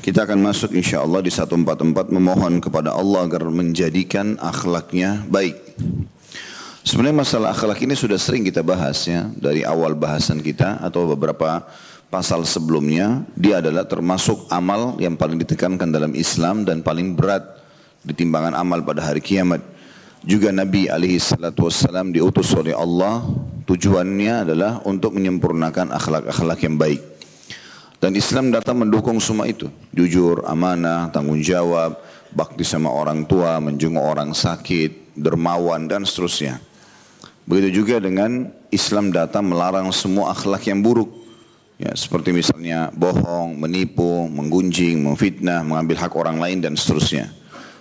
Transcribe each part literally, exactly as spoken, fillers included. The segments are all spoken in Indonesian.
Kita akan masuk insya Allah di seratus empat puluh empat memohon kepada Allah agar menjadikan akhlaknya baik. Sebenarnya masalah akhlak ini sudah sering kita bahas ya. Dari awal bahasan kita atau beberapa pasal sebelumnya. Dia adalah termasuk amal yang paling ditekankan dalam Islam dan paling berat di timbangan amal pada hari kiamat. Juga Nabi alaihi salatu wassalam diutus oleh Allah. Tujuannya adalah untuk menyempurnakan akhlak-akhlak yang baik. Dan Islam datang mendukung semua itu. Jujur, amanah, tanggung jawab, bakti sama orang tua, menjenguk orang sakit, dermawan dan seterusnya. Begitu juga dengan Islam datang melarang semua akhlak yang buruk. Ya, seperti misalnya bohong, menipu, menggunjing, memfitnah, mengambil hak orang lain dan seterusnya.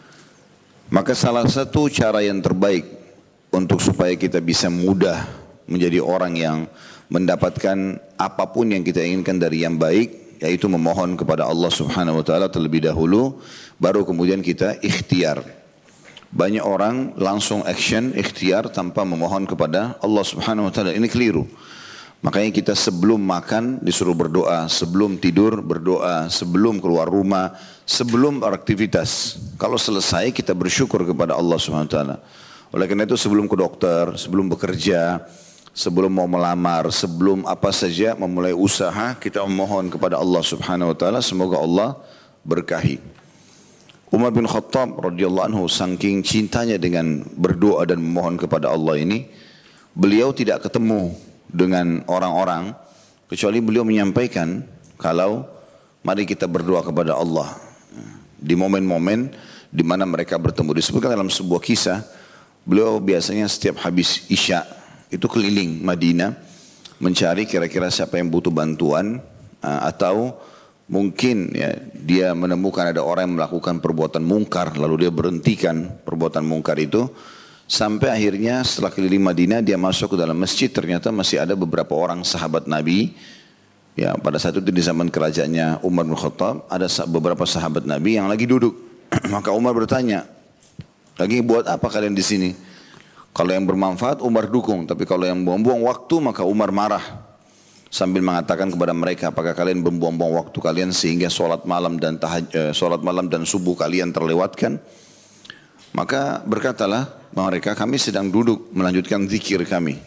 Maka salah satu cara yang terbaik untuk supaya kita bisa mudah menjadi orang yang mendapatkan apapun yang kita inginkan dari yang baik, yaitu memohon kepada Allah Subhanahu wa taala terlebih dahulu, baru kemudian kita ikhtiar. Banyak orang langsung action ikhtiar tanpa memohon kepada Allah Subhanahu wa taala. Ini keliru. Makanya kita sebelum makan disuruh berdoa, sebelum tidur berdoa, sebelum keluar rumah, sebelum beraktivitas. Kalau selesai kita bersyukur kepada Allah Subhanahu wa taala. Oleh karena itu sebelum ke dokter, sebelum bekerja, sebelum mau melamar, sebelum apa saja memulai usaha, kita memohon kepada Allah Subhanahu wa taala semoga Allah berkahi. Umar bin Khattab radhiyallahu anhu saking cintanya dengan berdoa dan memohon kepada Allah ini, beliau tidak ketemu dengan orang-orang kecuali beliau menyampaikan kalau mari kita berdoa kepada Allah. Di momen-momen di mana mereka bertemu, disebutkan dalam sebuah kisah, beliau biasanya setiap habis Isya itu keliling Madinah mencari kira-kira siapa yang butuh bantuan uh, atau mungkin ya, dia menemukan ada orang yang melakukan perbuatan mungkar lalu dia berhentikan perbuatan mungkar itu sampai akhirnya setelah keliling Madinah dia masuk ke dalam masjid, ternyata masih ada beberapa orang sahabat Nabi ya, pada saat itu di zaman kerajaannya Umar bin Khattab ada beberapa sahabat Nabi yang lagi duduk. Maka Umar bertanya, lagi buat apa kalian di sini? Kalau yang bermanfaat Umar dukung, tapi kalau yang buang-buang waktu maka Umar marah. Sambil mengatakan kepada mereka, apakah kalian membuang-buang waktu kalian sehingga solat malam dan tahaj, eh, solat malam dan subuh kalian terlewatkan? Maka berkatalah mereka, kami sedang duduk melanjutkan zikir kami.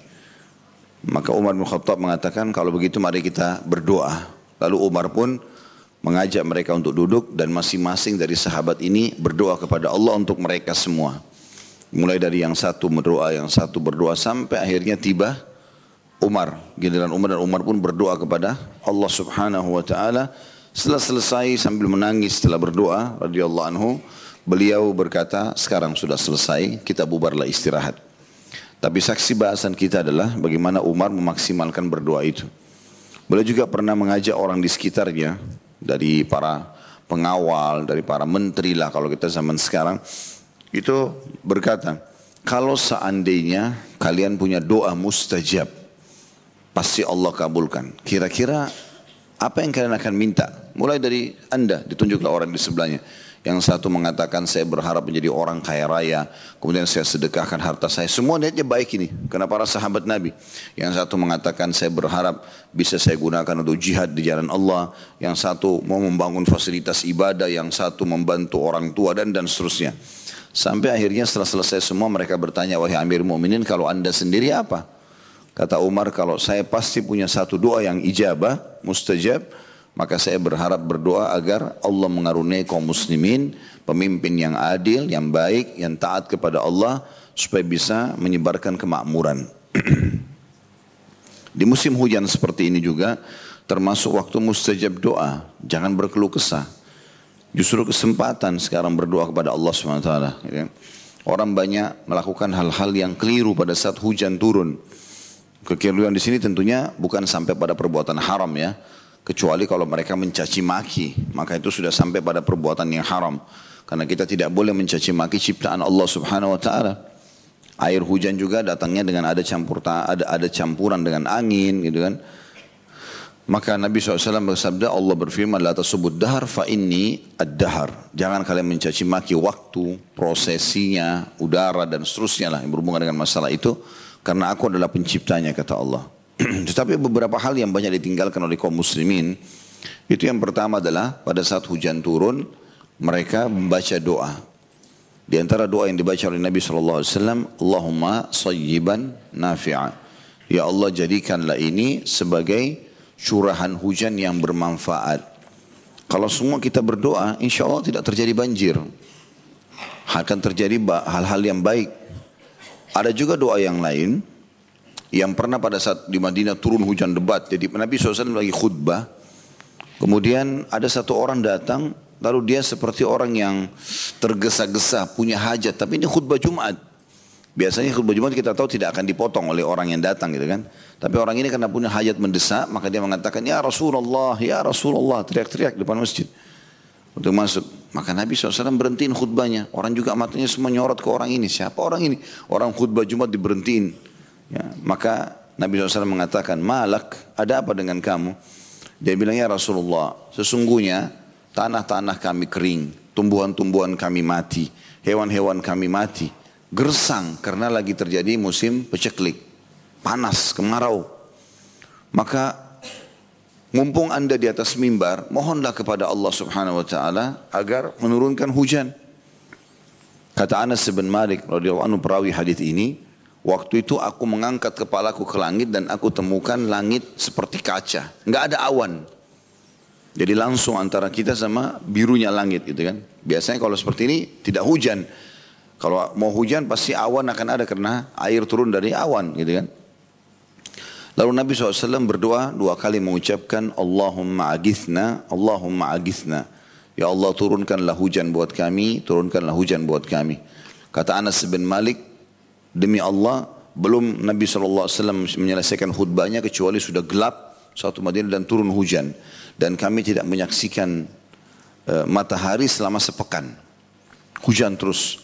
Maka Umar bin Khattab mengatakan, kalau begitu mari kita berdoa. Lalu Umar pun mengajak mereka untuk duduk dan masing-masing dari sahabat ini berdoa kepada Allah untuk mereka semua. Mulai dari yang satu berdoa, yang satu berdoa sampai akhirnya tiba Umar. Giliran Umar dan Umar pun berdoa kepada Allah Subhanahu wa taala. Setelah selesai sambil menangis setelah berdoa radhiyallahu anhu, beliau berkata, sekarang sudah selesai, kita bubarlah istirahat. Tapi saksi bahasan kita adalah bagaimana Umar memaksimalkan berdoa itu. Beliau juga pernah mengajak orang di sekitarnya, dari para pengawal, dari para menteri lah kalau kita zaman sekarang, itu berkata, kalau seandainya kalian punya doa mustajab, pasti Allah kabulkan. Kira-kira apa yang kalian akan minta? Mulai dari anda, ditunjuklah orang di sebelahnya. Yang satu mengatakan saya berharap menjadi orang kaya raya, kemudian saya sedekahkan harta saya. Semua niatnya baik ini, karena para sahabat Nabi. Yang satu mengatakan saya berharap bisa saya gunakan untuk jihad di jalan Allah. Yang satu mau membangun fasilitas ibadah, yang satu membantu orang tua dan dan seterusnya. Sampai akhirnya setelah selesai semua mereka bertanya, wahai Amir Mu'minin, kalau anda sendiri apa? Kata Umar, kalau saya pasti punya satu doa yang ijabah, mustajab, maka saya berharap berdoa agar Allah mengaruniai kaum muslimin, pemimpin yang adil, yang baik, yang taat kepada Allah, supaya bisa menyebarkan kemakmuran. Di musim hujan seperti ini juga, termasuk waktu mustajab doa, jangan berkeluh kesah. Justru kesempatan sekarang berdoa kepada Allah subhanahu wa taala. Orang banyak melakukan hal-hal yang keliru pada saat hujan turun. Kekeliruan di sini tentunya bukan sampai pada perbuatan haram ya, kecuali kalau mereka mencaci maki, maka itu sudah sampai pada perbuatan yang haram. Karena kita tidak boleh mencaci maki ciptaan Allah subhanahu wa taala. Air hujan juga datangnya dengan ada campur ada ada campuran dengan angin, gitu kan. Maka Nabi shallallahu alaihi wasallam bersabda, Allah berfirman, la tasubud dahar fa inni ad-dahar. Jangan kalian mencaci maki waktu, prosesinya, udara dan seterusnya lah yang berhubungan dengan masalah itu, karena aku adalah penciptanya, kata Allah. Tetapi beberapa hal yang banyak ditinggalkan oleh kaum muslimin, Itu yang pertama adalah pada saat hujan turun, mereka membaca doa. Di antara doa yang dibaca oleh Nabi shallallahu alaihi wasallam, Allahumma sayyiban nafi'a. Ya Allah, jadikanlah ini sebagai curahan hujan yang bermanfaat. Kalau semua kita berdoa, insya Allah tidak terjadi banjir. Akan terjadi hal-hal yang baik. Ada juga doa yang lain, yang pernah pada saat di Madinah turun hujan lebat. Jadi Nabi shallallahu alaihi wasallam lagi khutbah. Kemudian ada satu orang datang, lalu dia seperti orang yang tergesa-gesa, punya hajat. Tapi ini khutbah Jumat. Biasanya khutbah Jumat kita tahu tidak akan dipotong oleh orang yang datang gitu kan. Tapi orang ini karena punya hajat mendesak, maka dia mengatakan, Ya Rasulullah, Ya Rasulullah, teriak-teriak depan masjid. Untuk masuk. Maka Nabi shallallahu alaihi wasallam berhentiin khutbahnya. Orang juga matanya semua nyorot ke orang ini. Siapa orang ini? Orang khutbah Jumat diberhentiin. Ya, maka Nabi shallallahu alaihi wasallam mengatakan, Malak, ada apa dengan kamu? Dia bilang, Ya Rasulullah, sesungguhnya tanah-tanah kami kering, tumbuhan-tumbuhan kami mati, hewan-hewan kami mati, gersang karena lagi terjadi musim peceklik, panas, kemarau. Maka mumpung anda di atas mimbar, mohonlah kepada Allah subhanahu wa ta'ala agar menurunkan hujan. Kata Anas bin Malik radhiyallahu anhu perawi hadis ini, waktu itu aku mengangkat kepalaku ke langit dan aku temukan langit seperti kaca, nggak ada awan. Jadi langsung antara kita sama birunya langit gitu kan. Biasanya kalau seperti ini tidak hujan. Kalau mau hujan pasti awan akan ada karena air turun dari awan gitu kan. Lalu Nabi shallallahu alaihi wasallam berdoa dua kali mengucapkan Allahumma agithna, Allahumma agithna. Ya Allah, turunkanlah hujan buat kami, turunkanlah hujan buat kami. Kata Anas bin Malik, demi Allah belum Nabi shallallahu alaihi wasallam menyelesaikan khutbahnya kecuali sudah gelap satu Madinah dan turun hujan. Dan kami tidak menyaksikan uh, matahari selama sepekan. Hujan terus.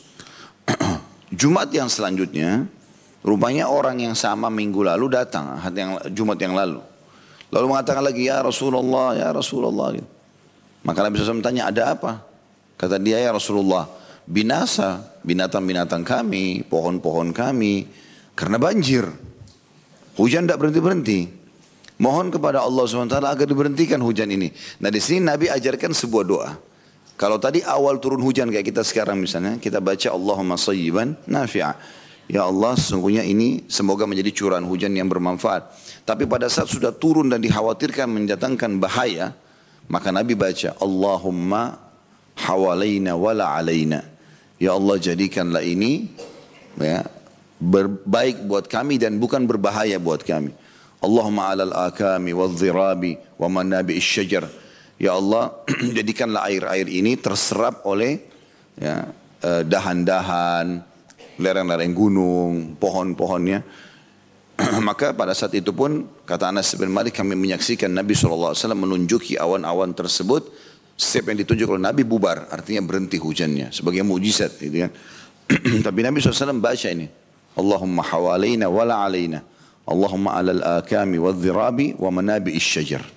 Jumat yang selanjutnya, rupanya orang yang sama minggu lalu datang, yang, Jumat yang lalu. Lalu mengatakan lagi, Ya Rasulullah, Ya Rasulullah. Gitu. Maka Nabi shallallahu alaihi wasallam tanya, ada apa? Kata dia, Ya Rasulullah, binasa binatang-binatang kami, pohon-pohon kami, karena banjir. Hujan tidak berhenti-berhenti. Mohon kepada Allah subhanahu wa taala agar diberhentikan hujan ini. Nah di sini Nabi ajarkan sebuah doa. Kalau tadi awal turun hujan kayak kita sekarang misalnya, kita baca Allahumma sayyiban nafi'a. Ya Allah, sesungguhnya ini semoga menjadi curahan hujan yang bermanfaat. Tapi pada saat sudah turun dan dikhawatirkan mendatangkan bahaya, maka Nabi baca Allahumma hawalaina wala alaina. Ya Allah, jadikanlah ini ya, berbaik buat kami dan bukan berbahaya buat kami. Allahumma alal akami wal dhirabi wa manabi isyajar. Ya Allah, jadikanlah air-air ini terserap oleh ya, dahan-dahan, lereng-lereng gunung, pohon-pohonnya. Maka pada saat itu pun, kata Anas bin Malik, kami menyaksikan Nabi shallallahu alaihi wasallam menunjuki awan-awan tersebut. Setiap yang ditunjuk oleh Nabi bubar, artinya berhenti hujannya, sebagai mujizat. Gitu kan. Tapi Nabi shallallahu alaihi wasallam baca ini, Allahumma hawalaina wala alaina. Allahumma alal akami wal dhirabi wa manabi isyajar.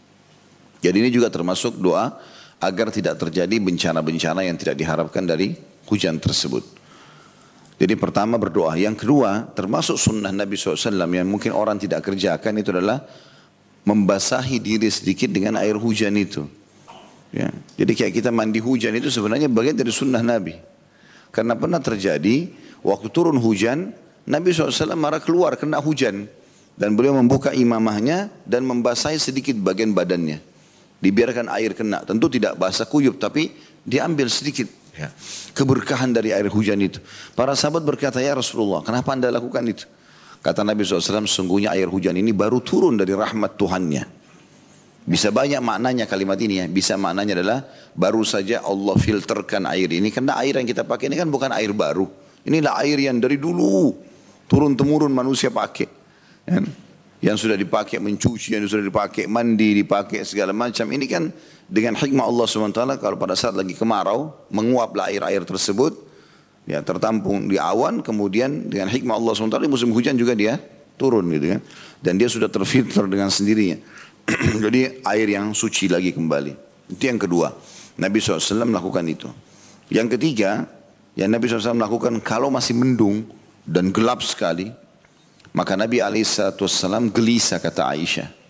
Jadi ini juga termasuk doa agar tidak terjadi bencana-bencana yang tidak diharapkan dari hujan tersebut. Jadi pertama berdoa. Yang kedua termasuk sunnah Nabi shallallahu alaihi wasallam yang mungkin orang tidak kerjakan itu adalah membasahi diri sedikit dengan air hujan itu. Ya. Jadi kayak kita mandi hujan itu sebenarnya bagian dari sunnah Nabi. Karena pernah terjadi waktu turun hujan, Nabi shallallahu alaihi wasallam marah keluar kena hujan. Dan beliau membuka imamahnya dan membasahi sedikit bagian badannya. Dibiarkan air kena. Tentu tidak basah kuyup, tapi diambil sedikit. Ya. Keberkahan dari air hujan itu. Para sahabat berkata, Ya Rasulullah, kenapa anda lakukan itu? Kata Nabi shallallahu alaihi wasallam, sungguhnya air hujan ini baru turun dari rahmat Tuhannya. Bisa banyak maknanya kalimat ini ya. Bisa maknanya adalah baru saja Allah filterkan air ini. Karena air yang kita pakai ini kan bukan air baru. Inilah air yang dari dulu turun-temurun manusia pakai. Ya. Yang sudah dipakai mencuci, yang sudah dipakai mandi, dipakai segala macam. Ini kan dengan hikmah Allah subhanahu wa taala kalau pada saat lagi kemarau, menguaplah air-air tersebut, ya tertampung di awan, kemudian dengan hikmah Allah subhanahu wa taala musim hujan juga dia turun gitu kan. Dan dia sudah terfilter dengan sendirinya. Jadi air yang suci lagi kembali. Itu yang kedua. Nabi shallallahu alaihi wasallam melakukan itu. Yang ketiga, yang Nabi shallallahu alaihi wasallam melakukan kalau masih mendung dan gelap sekali, maka Nabi shallallahu alaihi wasallam gelisah, kata Aisyah.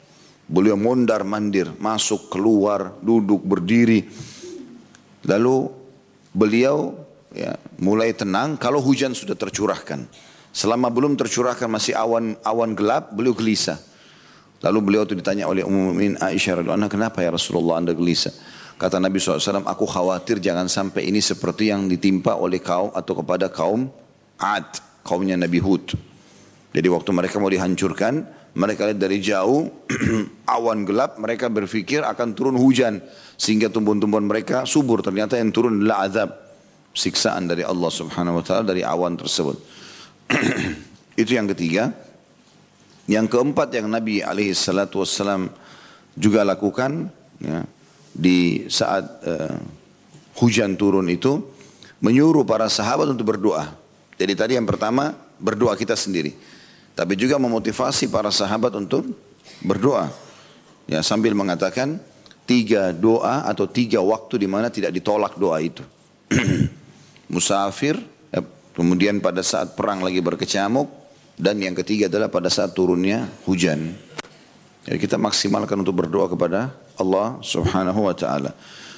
Beliau mondar mandir, masuk, keluar, duduk, berdiri. Lalu beliau ya, mulai tenang kalau hujan sudah tercurahkan. Selama belum tercurahkan masih awan awan gelap, beliau gelisah. Lalu beliau itu ditanya oleh Ummul Mukminin Aisyah radhiyallahu anha, kenapa ya Rasulullah anda gelisah? Kata Nabi shallallahu alaihi wasallam, aku khawatir jangan sampai ini seperti yang ditimpa oleh kaum atau kepada kaum Ad, kaumnya Nabi Hud. Jadi waktu mereka mau dihancurkan, mereka lihat dari jauh, awan gelap, mereka berpikir akan turun hujan. Sehingga tumbuhan-tumbuhan mereka subur, ternyata yang turun adalah azab. Siksaan dari Allah subhanahu wa ta'ala dari awan tersebut. Itu yang ketiga. Yang keempat yang Nabi alaihi salatu wassalam juga lakukan, ya, di saat uh, hujan turun itu, menyuruh para sahabat untuk berdoa. Jadi tadi yang pertama, berdoa kita sendiri. Tapi juga memotivasi para sahabat untuk berdoa. Ya, sambil mengatakan tiga doa atau tiga waktu di mana tidak ditolak doa itu. Musafir, eh, kemudian pada saat perang lagi berkecamuk, dan yang ketiga adalah pada saat turunnya hujan. Jadi kita maksimalkan untuk berdoa kepada Allah subhanahu wa ta'ala.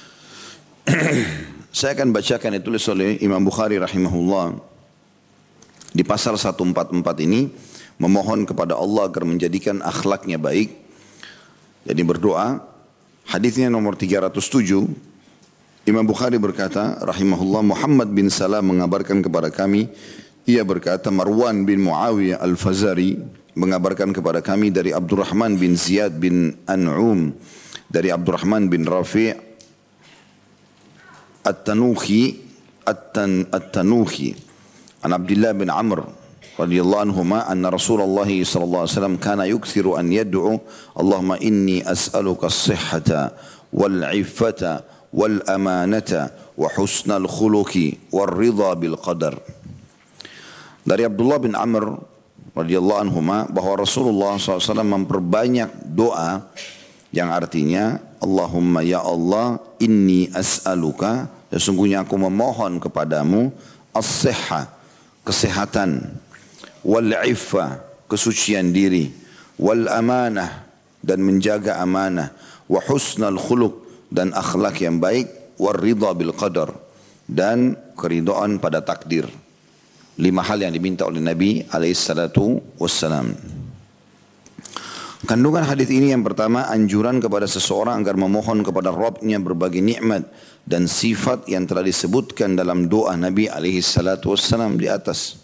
Saya akan bacakan ditulis oleh Imam Bukhari rahimahullah. Di pasal seratus empat puluh empat ini, memohon kepada Allah agar menjadikan akhlaknya baik. Jadi berdoa. Hadisnya nomor tiga ratus tujuh. Imam Bukhari berkata, rahimahullah, Muhammad bin Salam mengabarkan kepada kami, ia berkata, Marwan bin Muawiyah al-Fazari mengabarkan kepada kami dari Abdurrahman bin Ziyad bin An'um, dari Abdurrahman bin Rafi' At-Tanuhi At-Tanuhi an Abdullah bin Amr radhiyallahu anhuma anna Rasulullah sallallahu alaihi wasallam kana yukthiru an yad'u Allahumma inni as'aluka as-sihhata wal 'iffata wal amanata wa husnal khuluqi war ridha bil qadar. Dari Abdullah bin Amr radhiyallahu anhuma bahwa Rasulullah shallallahu alaihi wasallam memperbanyak doa yang artinya Allahumma ya Allah inni as'aluka, sesungguhnya aku memohon kepadamu as-sihha, kesehatan, wal iffa, kesucian diri, wal amanah, dan menjaga amanah, wa husnal khuluq, dan akhlak yang baik, war ridha bil qadar, dan keridhaan pada takdir. Lima hal yang diminta oleh Nabi alaihi salatu wassalam. Kandungan hadis ini yang pertama, anjuran kepada seseorang agar memohon kepada Rabbnya berbagai nikmat dan sifat yang telah disebutkan dalam doa Nabi alaihi salatu wassalam di atas.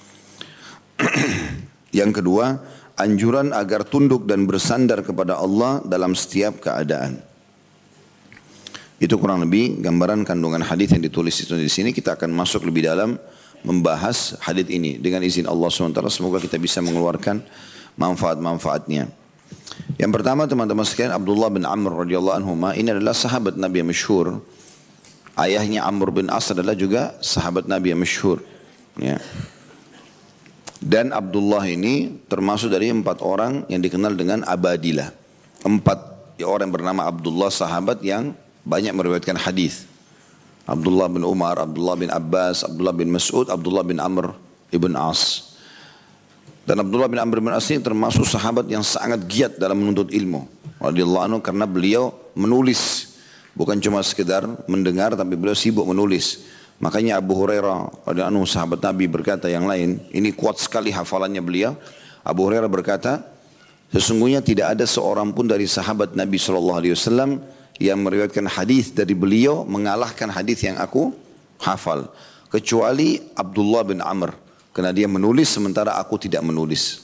Yang kedua, anjuran agar tunduk dan bersandar kepada Allah dalam setiap keadaan. Itu kurang lebih gambaran kandungan hadis yang ditulis itu di sini. Kita akan masuk lebih dalam membahas hadis ini dengan izin Allah subhanahu wa taala. Semoga kita bisa mengeluarkan manfaat-manfaatnya. Yang pertama teman-teman sekalian, Abdullah bin Amr radhiyallahu anhu ini adalah sahabat Nabi yang masyhur. Ayahnya Amr bin As adalah juga sahabat Nabi yang masyhur. Ya. Dan Abdullah ini termasuk dari empat orang yang dikenal dengan Abadilah. Empat orang yang bernama Abdullah sahabat yang banyak meriwayatkan hadis. Abdullah bin Umar, Abdullah bin Abbas, Abdullah bin Mas'ud, Abdullah bin Amr ibn As. Dan Abdullah bin Amr ibn As ini termasuk sahabat yang sangat giat dalam menuntut ilmu. Radhiyallahu anhu, karena beliau menulis, bukan cuma sekedar mendengar, tapi beliau sibuk menulis. Makanya Abu Hurairah radhiyallahu anhu, sahabat Nabi, berkata yang lain, ini kuat sekali hafalannya beliau. Abu Hurairah berkata, sesungguhnya tidak ada seorang pun dari sahabat Nabi shallallahu alaihi wasallam yang meriwayatkan hadis dari beliau mengalahkan hadis yang aku hafal, kecuali Abdullah bin Amr, karena dia menulis sementara aku tidak menulis.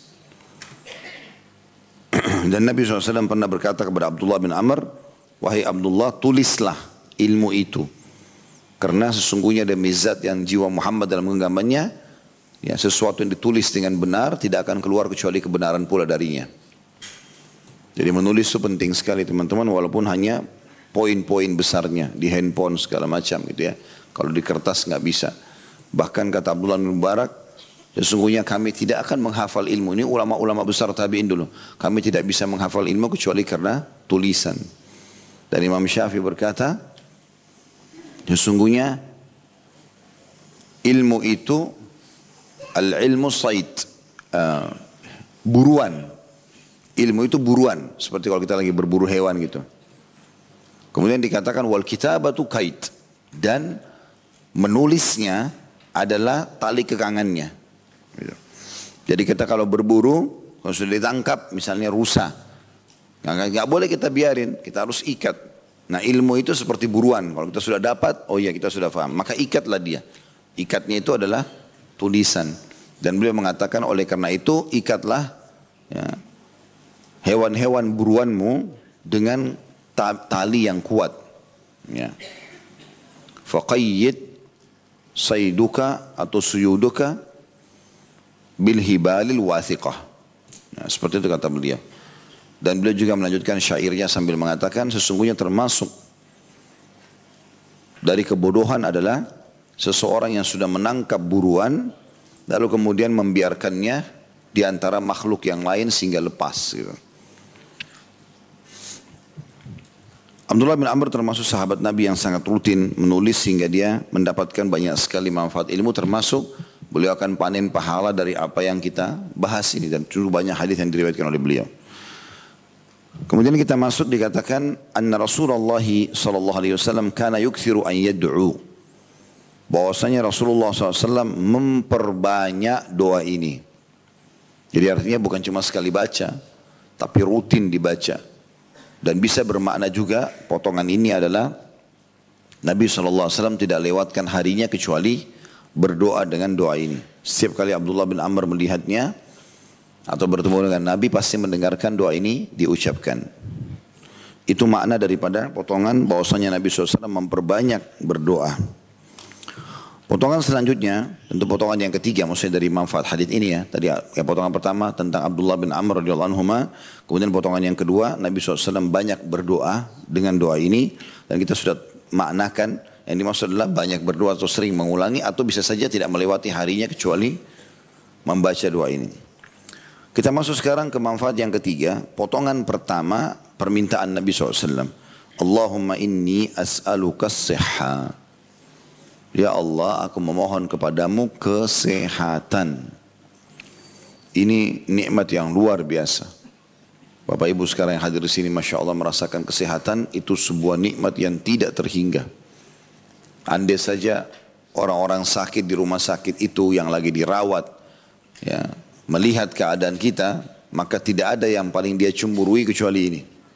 Dan Nabi shallallahu alaihi wasallam pernah berkata kepada Abdullah bin Amr, wahai Abdullah, tulislah ilmu itu, karena sesungguhnya ada mizat yang jiwa Muhammad dalam genggamannya, ya, sesuatu yang ditulis dengan benar tidak akan keluar kecuali kebenaran pula darinya. Jadi menulis itu penting sekali teman-teman, walaupun hanya poin-poin besarnya di handphone segala macam gitu ya. Kalau di kertas nggak bisa. Bahkan kata Abdullah bin Mubarak, sesungguhnya kami tidak akan menghafal ilmu. Ini ulama-ulama besar tabi'in dulu. Kami tidak bisa menghafal ilmu kecuali karena tulisan. Dan Imam Syafi'i berkata, sesungguhnya ilmu itu al-ilmu said, uh, buruan. Ilmu itu buruan, seperti kalau kita lagi berburu hewan gitu. Kemudian dikatakan wal kitabatu kait, dan menulisnya adalah tali kekangannya. Gitu. Jadi kita kalau berburu, kalau sudah ditangkap misalnya rusa, nggak boleh kita biarin, kita harus ikat. Nah ilmu itu seperti buruan, kalau kita sudah dapat, oh iya kita sudah paham, maka ikatlah dia. Ikatnya itu adalah tulisan. Dan beliau mengatakan oleh karena itu ikatlah ya, hewan-hewan buruanmu dengan tali yang kuat. Ya. Faqayyid sayduka atau suyuduka bil hibalil wathiqah. Nah, seperti itu kata beliau. Dan beliau juga melanjutkan syairnya sambil mengatakan sesungguhnya termasuk dari kebodohan adalah seseorang yang sudah menangkap buruan lalu kemudian membiarkannya di antara makhluk yang lain sehingga lepas gitu. Abdullah bin Amr termasuk sahabat Nabi yang sangat rutin menulis sehingga dia mendapatkan banyak sekali manfaat ilmu, termasuk beliau akan panen pahala dari apa yang kita bahas ini, dan cukup banyak hadis yang diriwayatkan oleh beliau. Kemudian kita masuk dikatakan anna Rasulullah sallallahu alaihi wasallam kana yukthiru an yad'u. Bahwasanya Rasulullah sallallahu alaihi wasallam memperbanyak doa ini. Jadi artinya bukan cuma sekali baca, tapi rutin dibaca. Dan bisa bermakna juga potongan ini adalah Nabi shallallahu alaihi wasallam tidak lewatkan harinya kecuali berdoa dengan doa ini. Setiap kali Abdullah bin Amr melihatnya atau bertemu dengan Nabi pasti mendengarkan doa ini diucapkan. Itu makna daripada potongan bahwasanya Nabi shallallahu alaihi wasallam memperbanyak berdoa. Potongan selanjutnya, tentu potongan yang ketiga, maksudnya dari manfaat hadis ini ya. Tadi yang potongan pertama tentang Abdullah bin Amr radhiyallahu anhuma, kemudian potongan yang kedua Nabi shallallahu alaihi wasallam banyak berdoa dengan doa ini, dan kita sudah maknakan yang dimaksud adalah banyak berdoa atau sering mengulangi atau bisa saja tidak melewati harinya kecuali membaca doa ini. Kita masuk sekarang ke manfaat yang ketiga, potongan pertama permintaan Nabi shallallahu alaihi wasallam. Allahumma inni as'aluka as-sihha. Ya Allah, aku memohon kepadamu kesehatan. Ini nikmat yang luar biasa. Bapak Ibu sekarang yang hadir di sini, Masya Allah merasakan kesehatan, itu sebuah nikmat yang tidak terhingga. Andai saja orang-orang sakit di rumah sakit itu yang lagi dirawat, ya, melihat keadaan kita, maka tidak ada yang paling dia cemburui kecuali ini.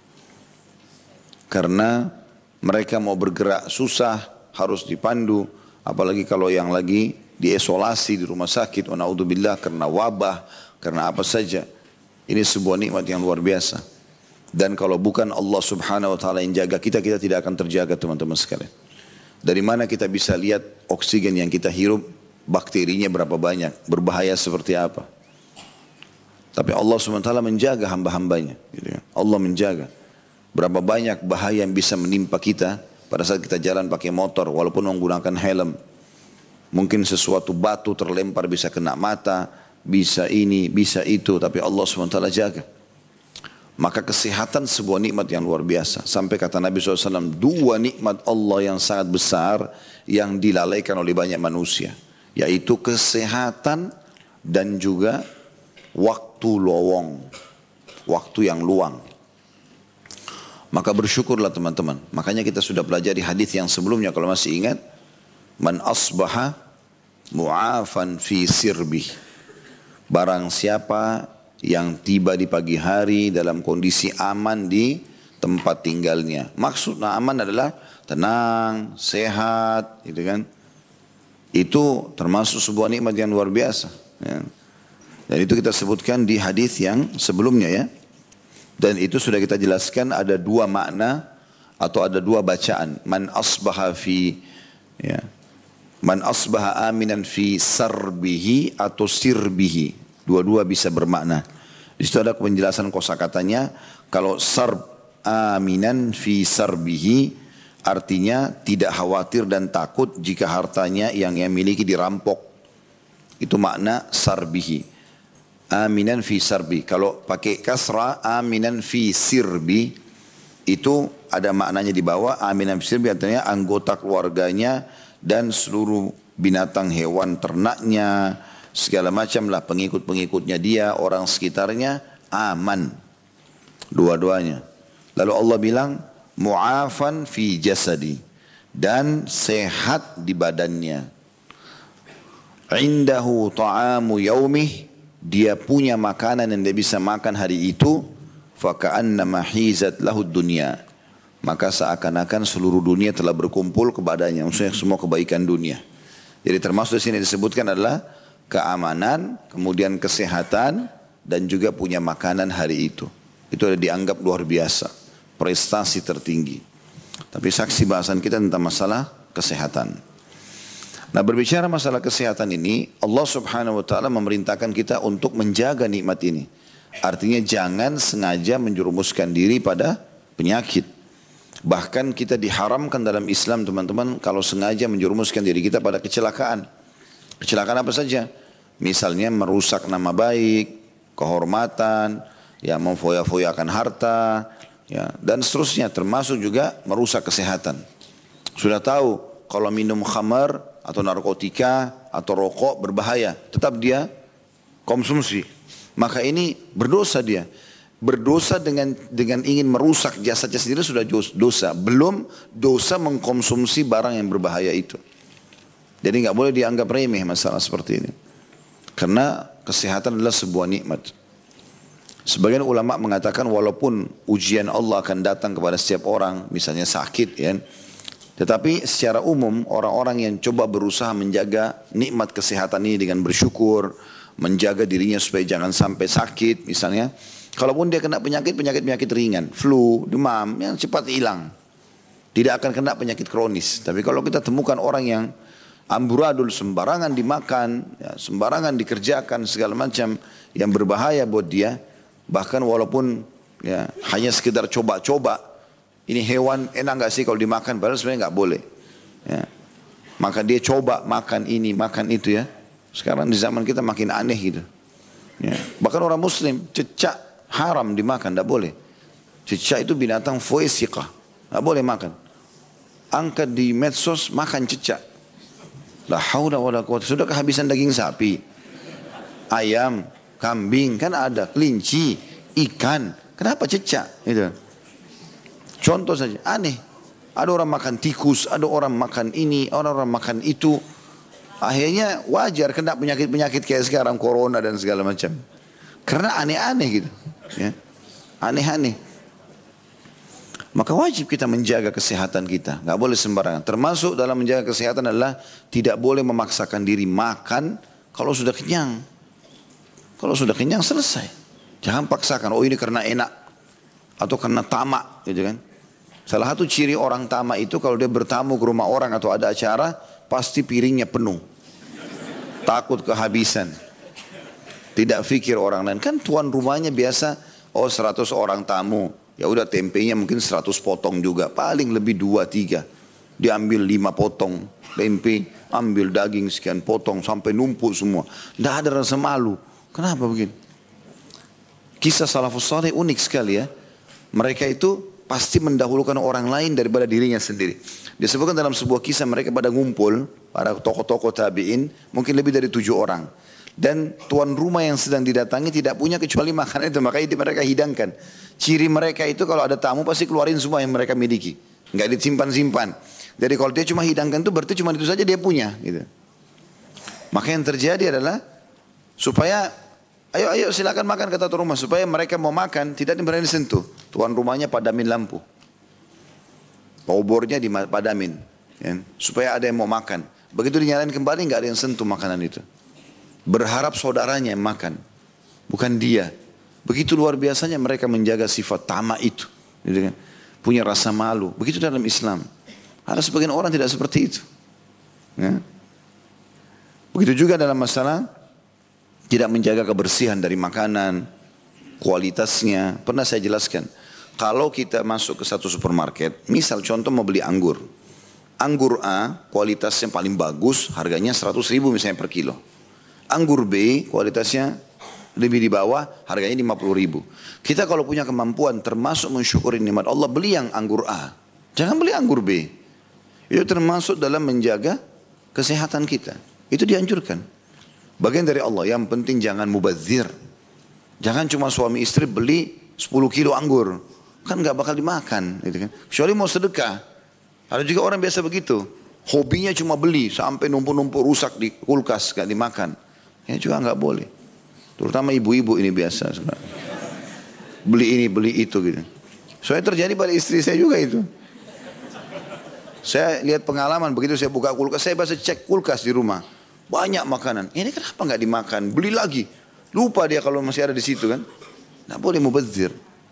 Karena mereka mau bergerak susah, harus dipandu. Apalagi kalau yang lagi diisolasi di rumah sakit, wa na'udzubillah, karena wabah, karena apa saja. Ini sebuah nikmat yang luar biasa. Dan kalau bukan Allah subhanahu wa ta'ala yang jaga kita, kita tidak akan terjaga teman-teman sekalian. Dari mana kita bisa lihat oksigen yang kita hirup, bakterinya berapa banyak, berbahaya seperti apa. Tapi Allah subhanahu wa ta'ala menjaga hamba-hambanya. Allah menjaga. Berapa banyak bahaya yang bisa menimpa kita pada saat kita jalan pakai motor walaupun menggunakan helm. Mungkin sesuatu batu terlempar bisa kena mata, bisa ini, bisa itu, tapi Allah subhanahu wa taala jaga. Maka kesehatan sebuah nikmat yang luar biasa. Sampai kata Nabi shallallahu alaihi wasallam, dua nikmat Allah yang sangat besar yang dilalaikan oleh banyak manusia, yaitu kesehatan dan juga waktu lowong, waktu yang luang. Maka bersyukurlah teman-teman. Makanya kita sudah pelajari hadis yang sebelumnya kalau masih ingat. Man asbaha mu'afan fi sirbih. Barang siapa yang tiba di pagi hari dalam kondisi aman di tempat tinggalnya. Maksudnya aman adalah tenang, sehat, gitu kan. Itu termasuk sebuah nikmat yang luar biasa. Ya. Dan itu kita sebutkan di hadis yang sebelumnya ya. Dan itu sudah kita jelaskan ada dua makna atau ada dua bacaan. Man asbaha fi ya. Man asbaha aminan fi sarbihi atau sirbihi. Dua-dua bisa bermakna. Di situ ada penjelasan kosakatanya. Kalau sarb aminan fi sarbihi artinya tidak khawatir dan takut jika hartanya yang ia miliki dirampok. Itu makna sarbihi. Aminan fi sarbi. Kalau pakai kasra, aminan fi sirbi, itu ada maknanya di bawah. Aminan fi sirbi artinya anggota keluarganya dan seluruh binatang hewan ternaknya, segala macam lah pengikut-pengikutnya dia, orang sekitarnya aman. Dua-duanya. Lalu Allah bilang, mu'afan fi jasadi. Dan sehat di badannya. Indahu ta'amu yaumih. Dia punya makanan yang dia bisa makan hari itu. Faka'annama hizat lahud dunya. Maka seakan-akan seluruh dunia telah berkumpul kepadanya. Maksudnya semua kebaikan dunia. Jadi termasuk di sini disebutkan adalah keamanan, kemudian kesehatan, dan juga punya makanan hari itu. Itu ada dianggap luar biasa. Prestasi tertinggi. Tapi saksi bahasan kita tentang masalah kesehatan. Nah, berbicara masalah kesehatan ini, Allah subhanahu wa ta'ala memerintahkan kita untuk menjaga nikmat ini. Artinya jangan sengaja menjerumuskan diri pada penyakit. Bahkan kita diharamkan dalam Islam, teman-teman, kalau sengaja menjerumuskan diri kita pada kecelakaan. Kecelakaan apa saja? Misalnya merusak nama baik, kehormatan, ya memfoya-foyakan harta, ya, dan seterusnya, termasuk juga merusak kesehatan. Sudah tahu kalau minum khamar atau narkotika atau rokok berbahaya, tetap dia konsumsi. Maka ini berdosa dia. Berdosa dengan dengan ingin merusak jasadnya sendiri sudah dosa. Belum dosa mengkonsumsi barang yang berbahaya itu. Jadi nggak boleh dianggap remeh masalah seperti ini. Karena kesehatan adalah sebuah nikmat. Sebagian ulama mengatakan walaupun ujian Allah akan datang kepada setiap orang, misalnya sakit, ya, tetapi secara umum orang-orang yang coba berusaha menjaga nikmat kesehatan ini dengan bersyukur, menjaga dirinya supaya jangan sampai sakit, misalnya, kalaupun dia kena penyakit penyakit-penyakit ringan, flu, demam, yang cepat hilang, tidak akan kena penyakit kronis. Tapi kalau kita temukan orang yang amburadul, sembarangan dimakan, ya, sembarangan dikerjakan segala macam yang berbahaya buat dia. Bahkan walaupun ya, hanya sekedar coba-coba, ini hewan enak gak sih kalau dimakan, padahal sebenarnya gak boleh. Ya. Maka dia coba makan ini, makan itu ya. Sekarang di zaman kita makin aneh gitu. Ya. Bahkan orang muslim, cecak haram dimakan, gak boleh. Cecak itu binatang foesikah, gak boleh makan. Angkat di medsos, makan cecak. La haula wala quwwata. Sudah kehabisan daging sapi, ayam, kambing, kan ada, kelinci, ikan, kenapa cecak? Itu. Contoh saja, aneh. Ada orang makan tikus, ada orang makan ini, ada orang makan itu. Akhirnya wajar kena penyakit-penyakit kayak sekarang, corona dan segala macam. Karena aneh-aneh gitu. Ya. Aneh-aneh. Maka wajib kita menjaga kesehatan kita. Gak boleh sembarangan. Termasuk dalam menjaga kesehatan adalah tidak boleh memaksakan diri makan kalau sudah kenyang. Kalau sudah kenyang selesai. Jangan paksakan, oh ini karena enak. Atau karena tamak gitu kan. Salah satu ciri orang tamak itu kalau dia bertamu ke rumah orang atau ada acara, pasti piringnya penuh. Takut kehabisan. Tidak fikir orang lain. Kan tuan rumahnya biasa, oh seratus orang tamu. Ya udah tempenya mungkin seratus potong juga. Paling lebih dua tiga. Diambil lima potong tempe, ambil daging sekian potong sampai numpuk semua. Tidak ada rasa malu. Kenapa begini? Kisah salafus saleh unik sekali ya. Mereka itu pasti mendahulukan orang lain daripada dirinya sendiri. Disebutkan dalam sebuah kisah mereka pada ngumpul, para tokoh-tokoh tabi'in, mungkin lebih dari tujuh orang. Dan tuan rumah yang sedang didatangi tidak punya kecuali makanan itu, makanya mereka hidangkan. Ciri mereka itu kalau ada tamu pasti keluarin semua yang mereka miliki. Enggak disimpan-simpan. Jadi kalau dia cuma hidangkan itu berarti cuma itu saja dia punya. Gitu. Maka yang terjadi adalah supaya ayo ayo silakan makan kata tuan rumah, supaya mereka mau makan tidak berani sentuh. Tuan rumahnya padamin lampu, obornya dipadamin, ya, supaya ada yang mau makan. Begitu dinyalain kembali nggak ada yang sentuh makanan itu. Berharap saudaranya yang makan, bukan dia. Begitu luar biasanya mereka menjaga sifat tamak itu, gitu kan? Punya rasa malu. Begitu dalam Islam. Ada sebagian orang tidak seperti itu. Ya. Begitu juga dalam masalah tidak menjaga kebersihan dari makanan, kualitasnya. Pernah saya jelaskan, kalau kita masuk ke satu supermarket, misal contoh mau beli anggur. Anggur A kualitasnya paling bagus, harganya seratus ribu misalnya per kilo. Anggur B kualitasnya lebih di bawah, harganya lima puluh ribu. Kita kalau punya kemampuan termasuk mensyukuri nikmat Allah, beli yang anggur A. Jangan beli anggur B. Itu termasuk dalam menjaga kesehatan kita. Itu dianjurkan. Bagian dari Allah, yang penting jangan mubazir. Jangan cuma suami istri beli sepuluh kilo anggur. Kan nggak bakal dimakan. Gitu kan. Kecuali mau sedekah. Ada juga orang biasa begitu. Hobinya cuma beli sampai numpuk-numpuk rusak di kulkas gak dimakan. Ya juga nggak boleh. Terutama ibu-ibu ini biasa. Beli ini, beli itu gitu. Soalnya terjadi pada istri saya juga itu. Saya lihat pengalaman begitu saya buka kulkas, saya biasa cek kulkas di rumah. Banyak makanan. Ini kenapa nggak dimakan? Beli lagi. Lupa dia kalau masih ada di situ kan. Nggak boleh mubazir.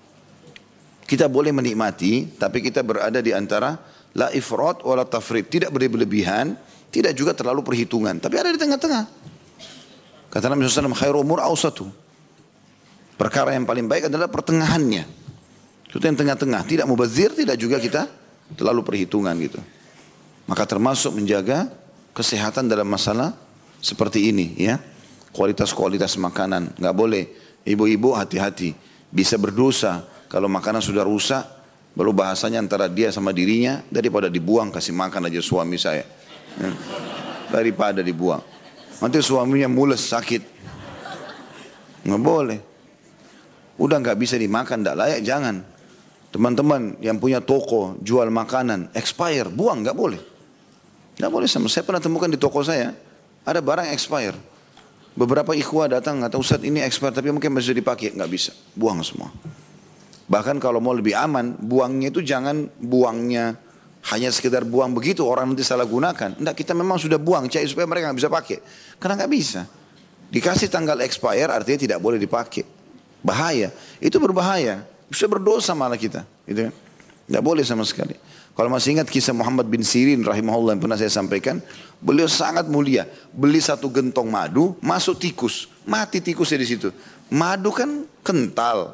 Kita boleh menikmati, tapi kita berada di antara la ifrat wala tafrit. Tidak berlebihan, tidak juga terlalu perhitungan. Tapi ada di tengah-tengah. Kata Nabi shallallahu alaihi wasallam, khairu umur awsatu. Perkara yang paling baik adalah pertengahannya. Itu yang tengah-tengah. Tidak mubazir, tidak juga kita terlalu perhitungan gitu. Maka termasuk menjaga kesehatan dalam masalah seperti ini ya. Kualitas-kualitas makanan. Nggak boleh. Ibu-ibu hati-hati. Bisa berdosa kalau makanan sudah rusak. Baru bahasanya antara dia sama dirinya. Daripada dibuang, kasih makan aja suami saya. Ya. Daripada dibuang. Nanti suaminya mules, sakit. Nggak boleh. Udah nggak bisa dimakan, nggak layak, jangan. Teman-teman yang punya toko jual makanan expire, buang, nggak boleh. Nggak boleh sama. Saya pernah temukan di toko saya ada barang expire. Beberapa ikhwah datang, kata Ustaz ini expire tapi mungkin masih dipakai, nggak bisa, buang semua. Bahkan kalau mau lebih aman, buangnya itu jangan buangnya hanya sekedar buang begitu orang nanti salah gunakan. Nggak, kita memang sudah buang, cari supaya mereka nggak bisa pakai. Karena nggak bisa. Dikasih tanggal expire artinya tidak boleh dipakai. Bahaya, itu berbahaya, bisa berdosa malah kita, gitu kan? Tidak boleh sama sekali. Kalau masih ingat kisah Muhammad bin Sirin rahimahullah yang pernah saya sampaikan, beliau sangat mulia, beli satu gentong madu, masuk tikus, mati tikusnya di situ. Madu kan kental,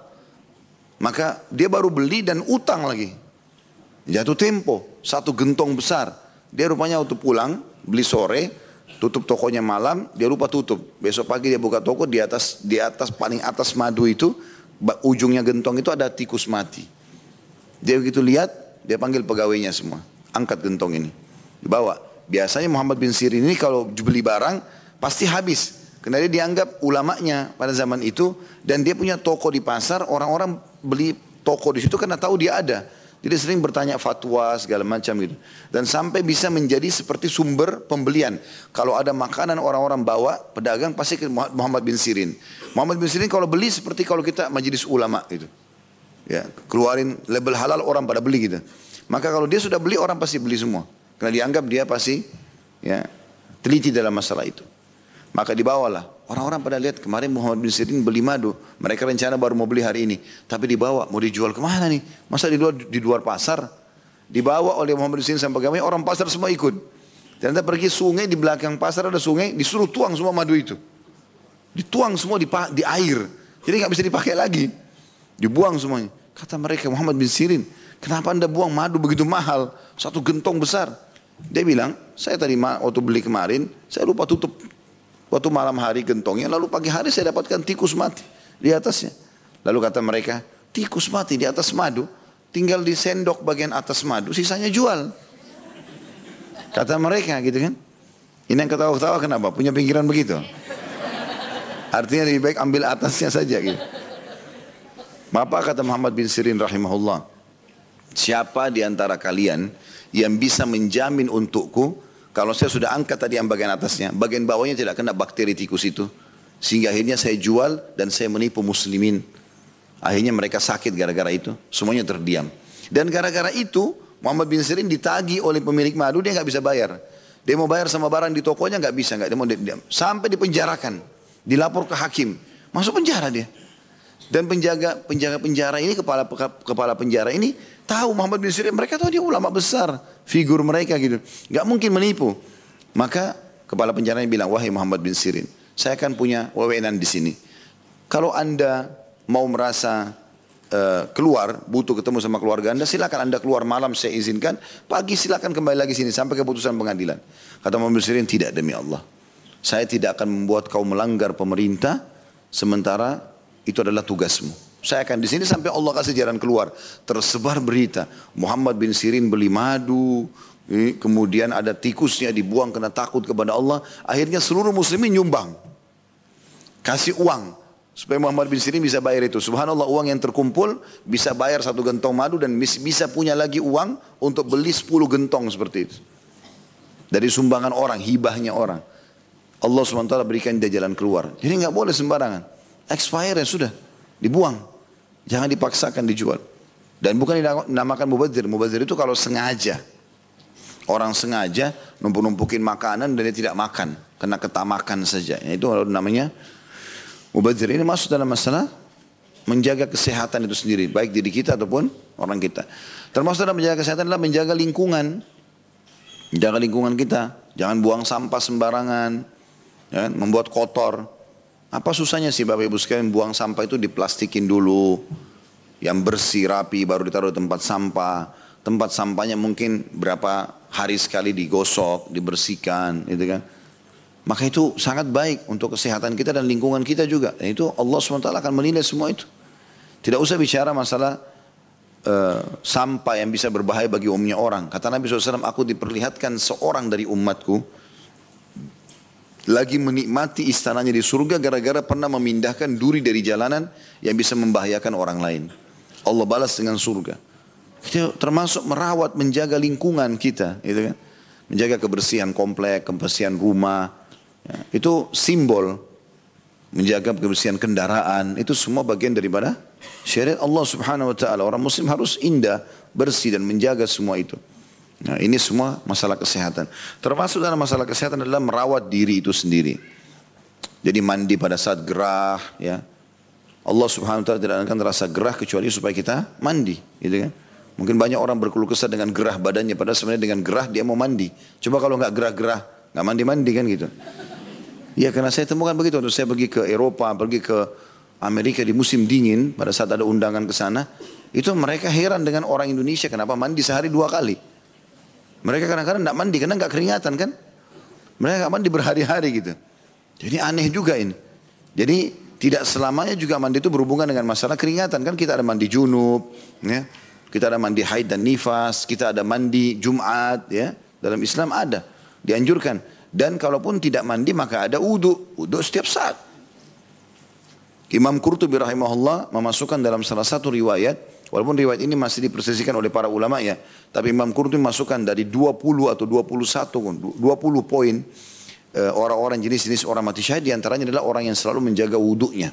maka dia baru beli dan utang lagi, jatuh tempo, satu gentong besar. Dia rupanya waktu pulang, beli sore. Tutup tokonya malam, dia lupa tutup. Besok pagi dia buka toko, di atas di atas paling atas madu itu, ujungnya gentong itu ada tikus mati. Dia begitu lihat, dia panggil pegawainya semua. Angkat gentong ini, dibawa. Biasanya Muhammad bin Sirin ini kalau beli barang, pasti habis. Karena dia dianggap ulamanya pada zaman itu. Dan dia punya toko di pasar, orang-orang beli toko di situ karena tahu dia ada. Jadi sering bertanya fatwa segala macam gitu. Dan sampai bisa menjadi seperti sumber pembelian. Kalau ada makanan orang-orang bawa, pedagang pasti ke Muhammad bin Sirin. Muhammad bin Sirin kalau beli seperti kalau kita majelis ulama gitu. Ya, keluarin label halal orang pada beli gitu. Maka kalau dia sudah beli orang pasti beli semua. Karena dianggap dia pasti ya, teliti dalam masalah itu. Maka dibawalah. Orang-orang pada lihat kemarin Muhammad bin Sirin beli madu. Mereka rencana baru mau beli hari ini. Tapi dibawa, mau dijual kemana nih? Masa di luar, di luar pasar? Dibawa oleh Muhammad bin Sirin sampai pegawai, orang pasar semua ikut. Ternyata pergi sungai, di belakang pasar ada sungai, disuruh tuang semua madu itu. Dituang semua di, di air. Jadi nggak bisa dipakai lagi. Dibuang semuanya. Kata mereka, Muhammad bin Sirin, kenapa anda buang madu begitu mahal? Satu gentong besar. Dia bilang, saya tadi waktu beli kemarin, saya lupa tutup. Waktu malam hari gentongnya, lalu pagi hari saya dapatkan tikus mati di atasnya. Lalu kata mereka, tikus mati di atas madu, tinggal di sendok bagian atas madu, sisanya jual. Kata mereka gitu kan. Ini yang ketawa-ketawa kenapa? Punya pikiran begitu. Artinya lebih baik ambil atasnya saja gitu. Bapak kata Muhammad bin Sirin rahimahullah, siapa di antara kalian yang bisa menjamin untukku, kalau saya sudah angkat tadi yang bagian atasnya, bagian bawahnya tidak kena bakteri tikus itu. Sehingga akhirnya saya jual dan saya menipu muslimin. Akhirnya mereka sakit gara-gara itu. Semuanya terdiam. Dan gara-gara itu, Muhammad bin Sirin ditagih oleh pemilik madu, dia nggak bisa bayar. Dia mau bayar sama barang di tokonya nggak bisa. Nggak, dia mau diam. Sampai dipenjarakan. Dilapor ke hakim. Masuk penjara dia. Dan penjaga penjaga penjara ini, kepala kepala penjara ini tahu Muhammad bin Sirin, mereka tahu dia ulama besar, figur mereka gitu, nggak mungkin menipu. Maka kepala penjaranya bilang, wahai Muhammad bin Sirin, saya akan punya wewenang di sini. Kalau anda mau merasa uh, keluar, butuh ketemu sama keluarga anda, silakan anda keluar malam, saya izinkan. Pagi silakan kembali lagi sini sampai keputusan pengadilan. Kata Muhammad bin Sirin, tidak, demi Allah, saya tidak akan membuat kau melanggar pemerintah, sementara itu adalah tugasmu. Saya akan di sini sampai Allah kasih jalan keluar. Tersebar berita, Muhammad bin Sirin beli madu, kemudian ada tikusnya dibuang karena takut kepada Allah. Akhirnya seluruh muslimin nyumbang, kasih uang. Supaya Muhammad bin Sirin bisa bayar itu. Subhanallah, uang yang terkumpul bisa bayar satu gentong madu dan bisa punya lagi uang untuk beli sepuluh gentong seperti itu. Dari sumbangan orang, hibahnya orang. Allah subhanahu wa taala berikan dia jalan keluar. Jadi nggak boleh sembarangan. Expire ya sudah, dibuang. Jangan dipaksakan dijual. Dan bukan dinamakan mubadzir. Mubadzir itu kalau sengaja. Orang sengaja numpuk-numpukin makanan dan dia tidak makan. Karena ketamakan saja. Itu namanya mubadzir. Ini masuk dalam masalah menjaga kesehatan itu sendiri. Baik diri kita ataupun orang kita. Termasuk dalam menjaga kesehatan adalah menjaga lingkungan. Menjaga lingkungan kita. Jangan buang sampah sembarangan. Ya, membuat kotor. Apa susahnya sih Bapak Ibu sekalian buang sampah itu diplastikin dulu. Yang bersih, rapi, baru ditaruh di tempat sampah. Tempat sampahnya mungkin berapa hari sekali digosok, dibersihkan, gitu kan. Maka itu sangat baik untuk kesehatan kita dan lingkungan kita juga. Dan itu Allah subhanahu wa taala akan menilai semua itu. Tidak usah bicara masalah uh, sampah yang bisa berbahaya bagi umumnya orang. Kata Nabi shallallahu alaihi wasallam, aku diperlihatkan seorang dari umatku lagi menikmati istananya di surga gara-gara pernah memindahkan duri dari jalanan yang bisa membahayakan orang lain. Allah balas dengan surga. Itu termasuk merawat, menjaga lingkungan kita, gitu kan? Menjaga kebersihan komplek, kebersihan rumah. Ya, itu simbol menjaga kebersihan kendaraan. Itu semua bagian daripada syariat Allah Subhanahu Wa Taala. Orang Muslim harus indah, bersih dan menjaga semua itu. Nah, ini semua masalah kesehatan. Termasuk dalam masalah kesehatan adalah merawat diri itu sendiri. Jadi mandi pada saat gerah, ya. Allah Subhanahu wa taala tidak akan terasa gerah kecuali supaya kita mandi, gitu kan? Mungkin banyak orang berkeluh kesah dengan gerah badannya, padahal sebenarnya dengan gerah dia mau mandi. Coba kalau nggak gerah-gerah, nggak mandi-mandi kan gitu. Ya karena saya temukan begitu. Waktu saya pergi ke Eropa, pergi ke Amerika di musim dingin, pada saat ada undangan ke sana, itu mereka heran dengan orang Indonesia kenapa mandi sehari dua kali. Mereka kadang-kadang tidak mandi karena nggak keringatan kan. Mereka nggak mandi berhari-hari gitu. Jadi aneh juga ini. Jadi tidak selamanya juga mandi itu berhubungan dengan masalah keringatan kan. Kita ada mandi junub, ya. Kita ada mandi haid dan nifas, kita ada mandi Jumat, ya. Dalam Islam ada, dianjurkan. Dan kalaupun tidak mandi maka ada wudu, wudu setiap saat. Imam Qurtubi rahimahullah memasukkan dalam salah satu riwayat. Walaupun riwayat ini masih dipersesikan oleh para ulama ya. Tapi Imam Qurtubi masukkan dari dua puluh atau dua puluh satu, dua puluh poin uh, orang-orang jenis-jenis orang mati syahid. Di antaranya adalah orang yang selalu menjaga wudunya.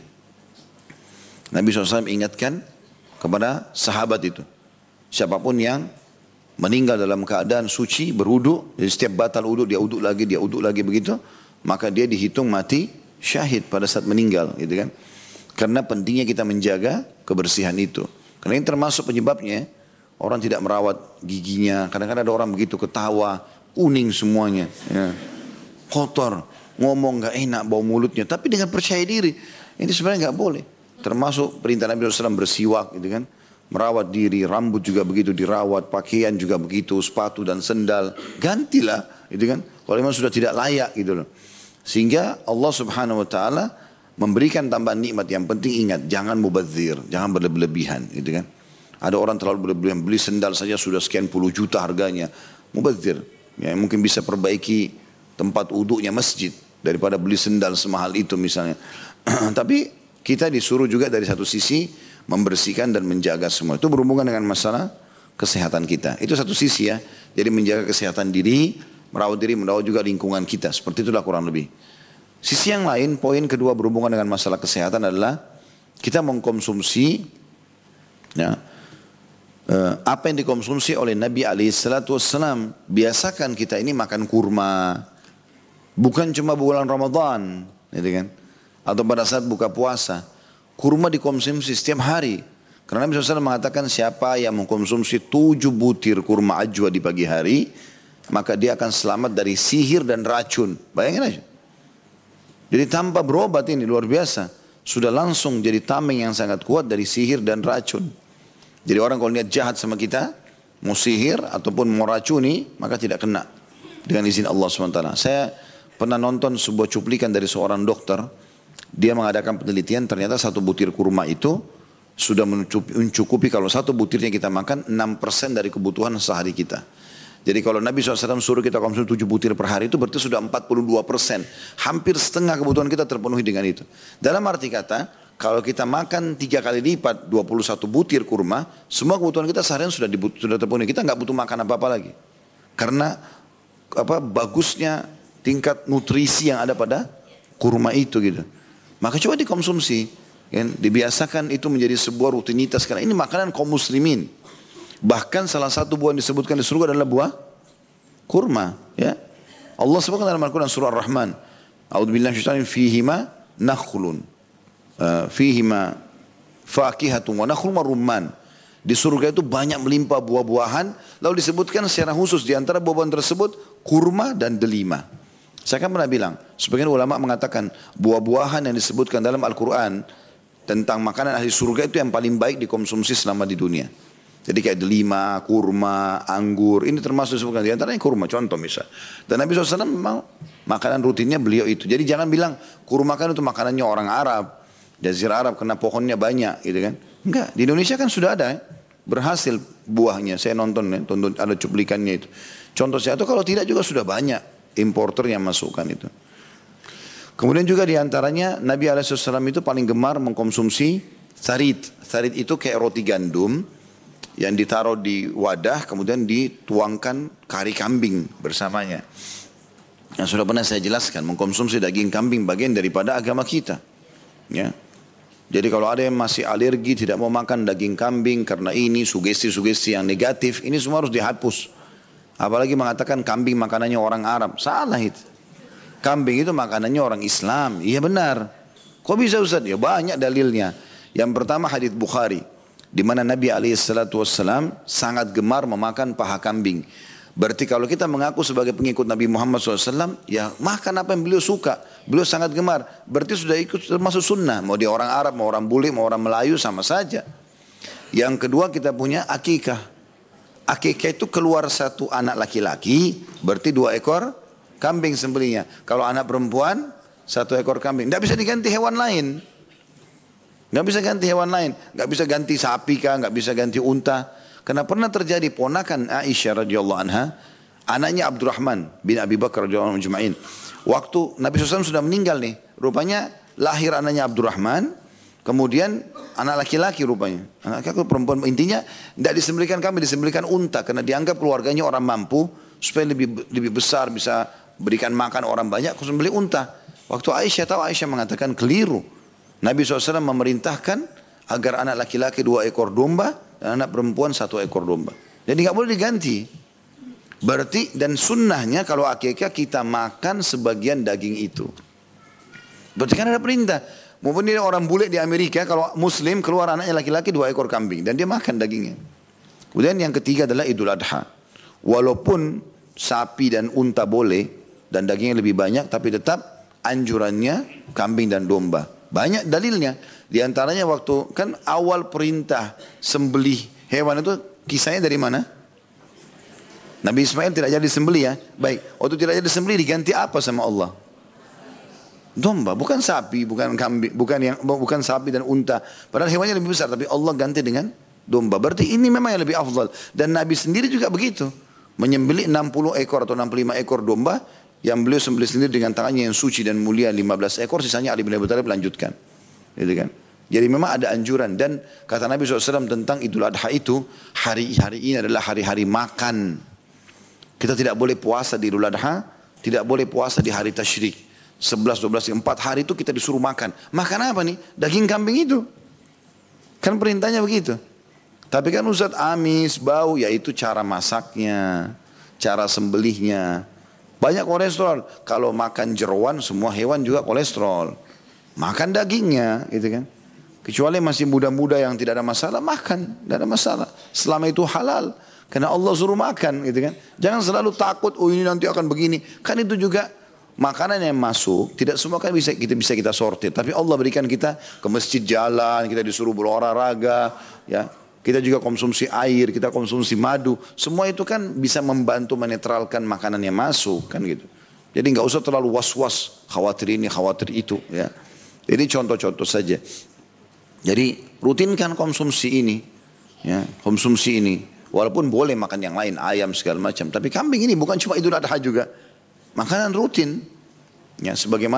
Nabi shallallahu alaihi wasallam ingatkan kepada sahabat itu. Siapapun yang meninggal dalam keadaan suci, berwudu. Jadi setiap batal wudu, dia wudu lagi, dia wudu lagi begitu. Maka dia dihitung mati syahid pada saat meninggal. Gitu kan. Karena pentingnya kita menjaga kebersihan itu. Karena ini termasuk penyebabnya orang tidak merawat giginya. Kadang-kadang ada orang begitu ketawa, kuning semuanya, ya. Kotor, ngomong nggak enak, bau mulutnya. Tapi dengan percaya diri, ini sebenarnya nggak boleh. Termasuk perintah Nabi shallallahu alaihi wasallam bersiwak, gitu kan? Merawat diri, rambut juga begitu dirawat, pakaian juga begitu, sepatu dan sendal, gantilah, gitu kan? Kalau memang sudah tidak layak, gitu loh. Sehingga Allah Subhanahu Wa Taala memberikan tambahan nikmat. Yang penting ingat, jangan mubadzir, jangan berlebihan, gitu kan. Ada orang terlalu berlebihan, beli sendal saja sudah sekian puluh juta harganya, mubadzir. Ya, mungkin bisa perbaiki tempat wudhunya masjid daripada beli sendal semahal itu misalnya. Tapi kita disuruh juga dari satu sisi membersihkan dan menjaga semua. Itu berhubungan dengan masalah kesehatan kita. Itu satu sisi ya. Jadi menjaga kesehatan diri, merawat diri, merawat juga lingkungan kita. Seperti itulah kurang lebih. Sisi yang lain, poin kedua berhubungan dengan masalah kesehatan adalah kita mengkonsumsi ya, eh, apa yang dikonsumsi oleh Nabi alaihi salatu wassalam. Biasakan kita ini makan kurma, bukan cuma bulan Ramadan, gitu kan? Atau pada saat buka puasa. Kurma dikonsumsi setiap hari. Karena Nabi shallallahu alaihi wasallam mengatakan siapa yang mengkonsumsi tujuh butir kurma ajwa di pagi hari, maka dia akan selamat dari sihir dan racun. Bayangin aja. Jadi tanpa berobat ini luar biasa. Sudah langsung jadi tameng yang sangat kuat dari sihir dan racun. Jadi orang kalau niat jahat sama kita, mau sihir ataupun mau racuni, maka tidak kena. Dengan izin Allah subhanahu wa taala. Saya pernah nonton sebuah cuplikan dari seorang dokter. Dia mengadakan penelitian, ternyata satu butir kurma itu sudah mencukupi, kalau satu butirnya kita makan, enam persen dari kebutuhan sehari kita. Jadi kalau Nabi shallallahu alaihi wasallam suruh kita konsumsi tujuh butir per hari itu berarti sudah empat puluh dua persen. Hampir setengah kebutuhan kita terpenuhi dengan itu. Dalam arti kata, Kalau kita makan tiga kali lipat dua puluh satu butir kurma, semua kebutuhan kita seharian sudah dibut, sudah terpenuhi. Kita nggak butuh makan apa-apa lagi. Karena apa bagusnya tingkat nutrisi yang ada pada kurma itu gitu. Maka coba dikonsumsi, kan? Dibiasakan itu menjadi sebuah rutinitas. Karena ini makanan kaum muslimin. Bahkan salah satu buah yang disebutkan di surga adalah buah kurma. Ya, Allah sebutkan dalam Al-Quran surah Ar-Rahman. A'udzubillahi minasyaitonir rajim. Fihima nakhlun. Uh, fihima fakihatun wa nakhlun wa rumman. Di surga itu banyak melimpah buah-buahan. Lalu disebutkan secara khusus di antara buah-buahan tersebut kurma dan delima. Saya kan pernah bilang, sebagian ulama mengatakan buah-buahan yang disebutkan dalam Al-Quran tentang makanan ahli surga itu yang paling baik dikonsumsi selama di dunia. Jadi kayak delima, kurma, anggur, ini termasuk disebutkan di antaranya kurma, contoh misal. Dan Nabi shallallahu alaihi wasallam memang makanan rutinnya beliau itu. Jadi jangan bilang kurma kan itu makanannya orang Arab, Jazirah Arab karena pohonnya banyak gitu kan. Enggak, di Indonesia kan sudah ada ya, berhasil buahnya. Saya nonton ya, tonton ada cuplikannya itu. Contoh saya itu kalau tidak juga sudah banyak importer yang masukkan itu. Kemudian juga di antaranya Nabi shallallahu alaihi wasallam itu paling gemar mengkonsumsi tharid. Tharid itu kayak roti gandum yang ditaruh di wadah kemudian dituangkan kari kambing bersamanya. Yang sudah pernah saya jelaskan, mengkonsumsi daging kambing bagian daripada agama kita. Ya. Jadi kalau ada yang masih alergi tidak mau makan daging kambing karena ini sugesti-sugesti yang negatif, ini semua harus dihapus. Apalagi mengatakan kambing makanannya orang Arab, salah itu. Kambing itu makanannya orang Islam, iya benar. Kok bisa Ustaz? Ya banyak dalilnya. Yang pertama hadits Bukhari, di mana Nabi alaihi salatu wassalam sangat gemar memakan paha kambing. Berarti kalau kita mengaku sebagai pengikut Nabi Muhammad shallallahu alaihi wasallam, ya makan apa yang beliau suka. Beliau sangat gemar. Berarti sudah ikut termasuk sunnah. Mau dia orang Arab, mau orang bule, mau orang Melayu sama saja. Yang kedua kita punya akikah. Akikah itu keluar satu anak laki-laki, berarti dua ekor kambing sembelihnya. Kalau anak perempuan, satu ekor kambing. Tidak bisa diganti hewan lain. Nggak bisa ganti hewan lain, nggak bisa ganti sapi kah, nggak bisa ganti unta. Karena pernah terjadi ponakan Aisyah radhiyallahu anha, anaknya Abdurrahman bin Abi Bakar radhiyallahu anhu ajma'in. Waktu Nabi shallallahu alaihi wasallam sudah meninggal nih, rupanya lahir anaknya Abdurrahman, kemudian anak laki-laki rupanya, anak laki-laki perempuan. Intinya tidak disembelihkan kambing, disembelihkan unta karena dianggap keluarganya orang mampu supaya lebih lebih besar bisa berikan makan orang banyak, sembelih unta. Waktu Aisyah tahu, Aisyah mengatakan keliru. Nabi shallallahu alaihi wasallam memerintahkan agar anak laki-laki dua ekor domba dan anak perempuan satu ekor domba. Jadi nggak boleh diganti. Berarti dan sunnahnya kalau akikah kita makan sebagian daging itu. Berarti kan ada perintah. Maupun dia orang bule di Amerika, kalau Muslim keluar anaknya laki-laki dua ekor kambing dan dia makan dagingnya. Kemudian yang ketiga adalah Idul Adha. Walaupun sapi dan unta boleh dan dagingnya lebih banyak, tapi tetap anjurannya kambing dan domba. Banyak dalilnya. Di antaranya waktu kan awal perintah sembelih hewan itu kisahnya dari mana? Nabi Ismail tidak jadi sembelih ya. Baik, waktu tidak jadi sembelih diganti apa sama Allah? Domba, bukan sapi, bukan kambing, bukan yang bukan sapi dan unta. Padahal hewannya lebih besar, tapi Allah ganti dengan domba. Berarti ini memang yang lebih afdal. Dan Nabi sendiri juga begitu. Menyembelih enam puluh ekor atau enam puluh lima ekor domba yang beliau sembelih sendiri dengan tangannya yang suci dan mulia lima belas ekor, sisanya Ali bin Abi Thalib lanjutkan. Gitu kan? Jadi memang ada anjuran. Dan kata Nabi shallallahu alaihi wasallam tentang Idul Adha itu, hari-hari ini adalah hari-hari makan. Kita tidak boleh puasa di Idul Adha, tidak boleh puasa di hari tasyrik. sebelas, dua belas, empat hari itu kita disuruh makan. Makan apa nih? Daging kambing itu. Kan perintahnya begitu. Tapi kan Ustaz amis, bau, yaitu cara masaknya, cara sembelihnya. Banyak kolesterol. Kalau makan jeroan, semua hewan juga kolesterol. Makan dagingnya, gitu kan. Kecuali masih muda-muda yang tidak ada masalah, makan, tidak ada masalah. Selama itu halal. Karena Allah suruh makan, gitu kan. Jangan selalu takut, oh ini nanti akan begini. Kan itu juga makanan yang masuk, tidak semua kan bisa kita bisa kita sortir. Tapi Allah berikan kita ke masjid jalan, kita disuruh berolahraga, ya. Kita juga konsumsi air, kita konsumsi madu. Semua itu kan bisa membantu menetralkan makanan yang masuk, kan gitu. Jadi nggak usah terlalu was-was, khawatir ini, khawatir itu, ya. Jadi contoh-contoh saja. Jadi rutinkan konsumsi ini, ya, konsumsi ini. Walaupun boleh makan yang lain, ayam segala macam. Tapi kambing ini bukan cuma Idul Adha juga. Makanan rutin. Ya, sebagaimana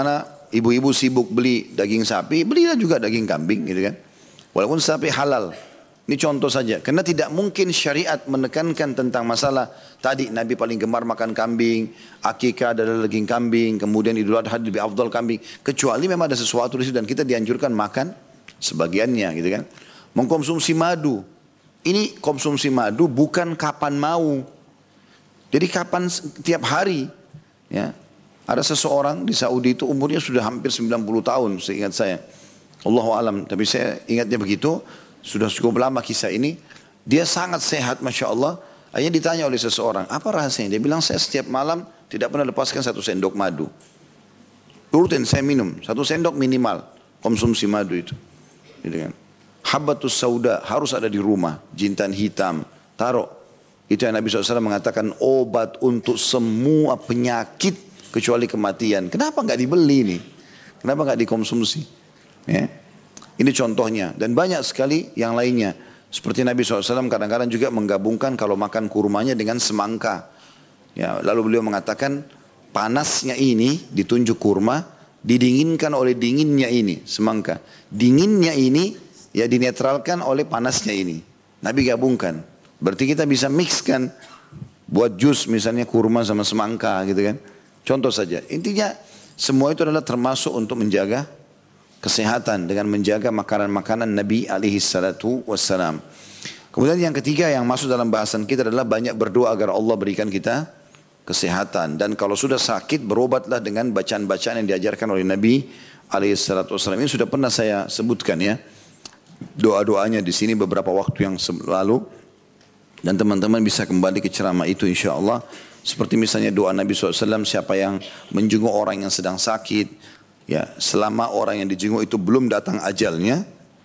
ibu-ibu sibuk beli daging sapi, belilah juga daging kambing gitu kan. Walaupun sapi halal. Ini contoh saja. Karena tidak mungkin syariat menekankan tentang masalah tadi Nabi paling gemar makan kambing, akikah adalah daging kambing, kemudian Idul Adha lebih afdal kambing. Kecuali memang ada sesuatu di situ dan kita dianjurkan makan sebagiannya gitu kan. Mengkonsumsi madu. Ini konsumsi madu bukan kapan mau. Jadi kapan tiap hari. Ya. Ada seseorang di Saudi itu umurnya sudah hampir sembilan puluh tahun seingat saya. Allahu alam, tapi saya ingatnya begitu. Sudah cukup lama kisah ini. Dia sangat sehat Masya Allah. Akhirnya ditanya oleh seseorang, apa rahasianya? Dia bilang, saya setiap malam tidak pernah lepaskan satu sendok madu. Rutin saya minum, satu sendok minimal konsumsi madu itu. Gitu kan. Habbatus sauda harus ada di rumah. Jintan hitam, taruh. Itu yang Nabi shallallahu alaihi wasallam mengatakan obat untuk semua penyakit kecuali kematian. Kenapa nggak dibeli nih? Kenapa nggak dikonsumsi? Ya. Ini contohnya. Dan banyak sekali yang lainnya. Seperti Nabi shallallahu alaihi wasallam kadang-kadang juga menggabungkan kalau makan kurmanya dengan semangka. Ya, lalu beliau mengatakan panasnya ini ditunjuk kurma, didinginkan oleh dinginnya ini, semangka. Dinginnya ini ya dinetralkan oleh panasnya ini. Nabi gabungkan. Berarti kita bisa mixkan buat jus misalnya kurma sama semangka gitu kan. Contoh saja. Intinya semua itu adalah termasuk untuk menjaga kesehatan dengan menjaga makanan-makanan Nabi alaihi salatu wassalam. Kemudian yang ketiga yang masuk dalam bahasan kita adalah banyak berdoa agar Allah berikan kita kesehatan. Dan kalau sudah sakit berobatlah dengan bacaan-bacaan yang diajarkan oleh Nabi alaihi salatu wassalam. Ini sudah pernah saya sebutkan ya. Doa-doanya di sini beberapa waktu yang lalu. Dan teman-teman bisa kembali ke ceramah itu insya Allah. Seperti misalnya doa Nabi shallallahu alaihi wasallam, siapa yang menjenguk orang yang sedang sakit. Ya, selama orang yang dijenguk itu belum datang ajalnya,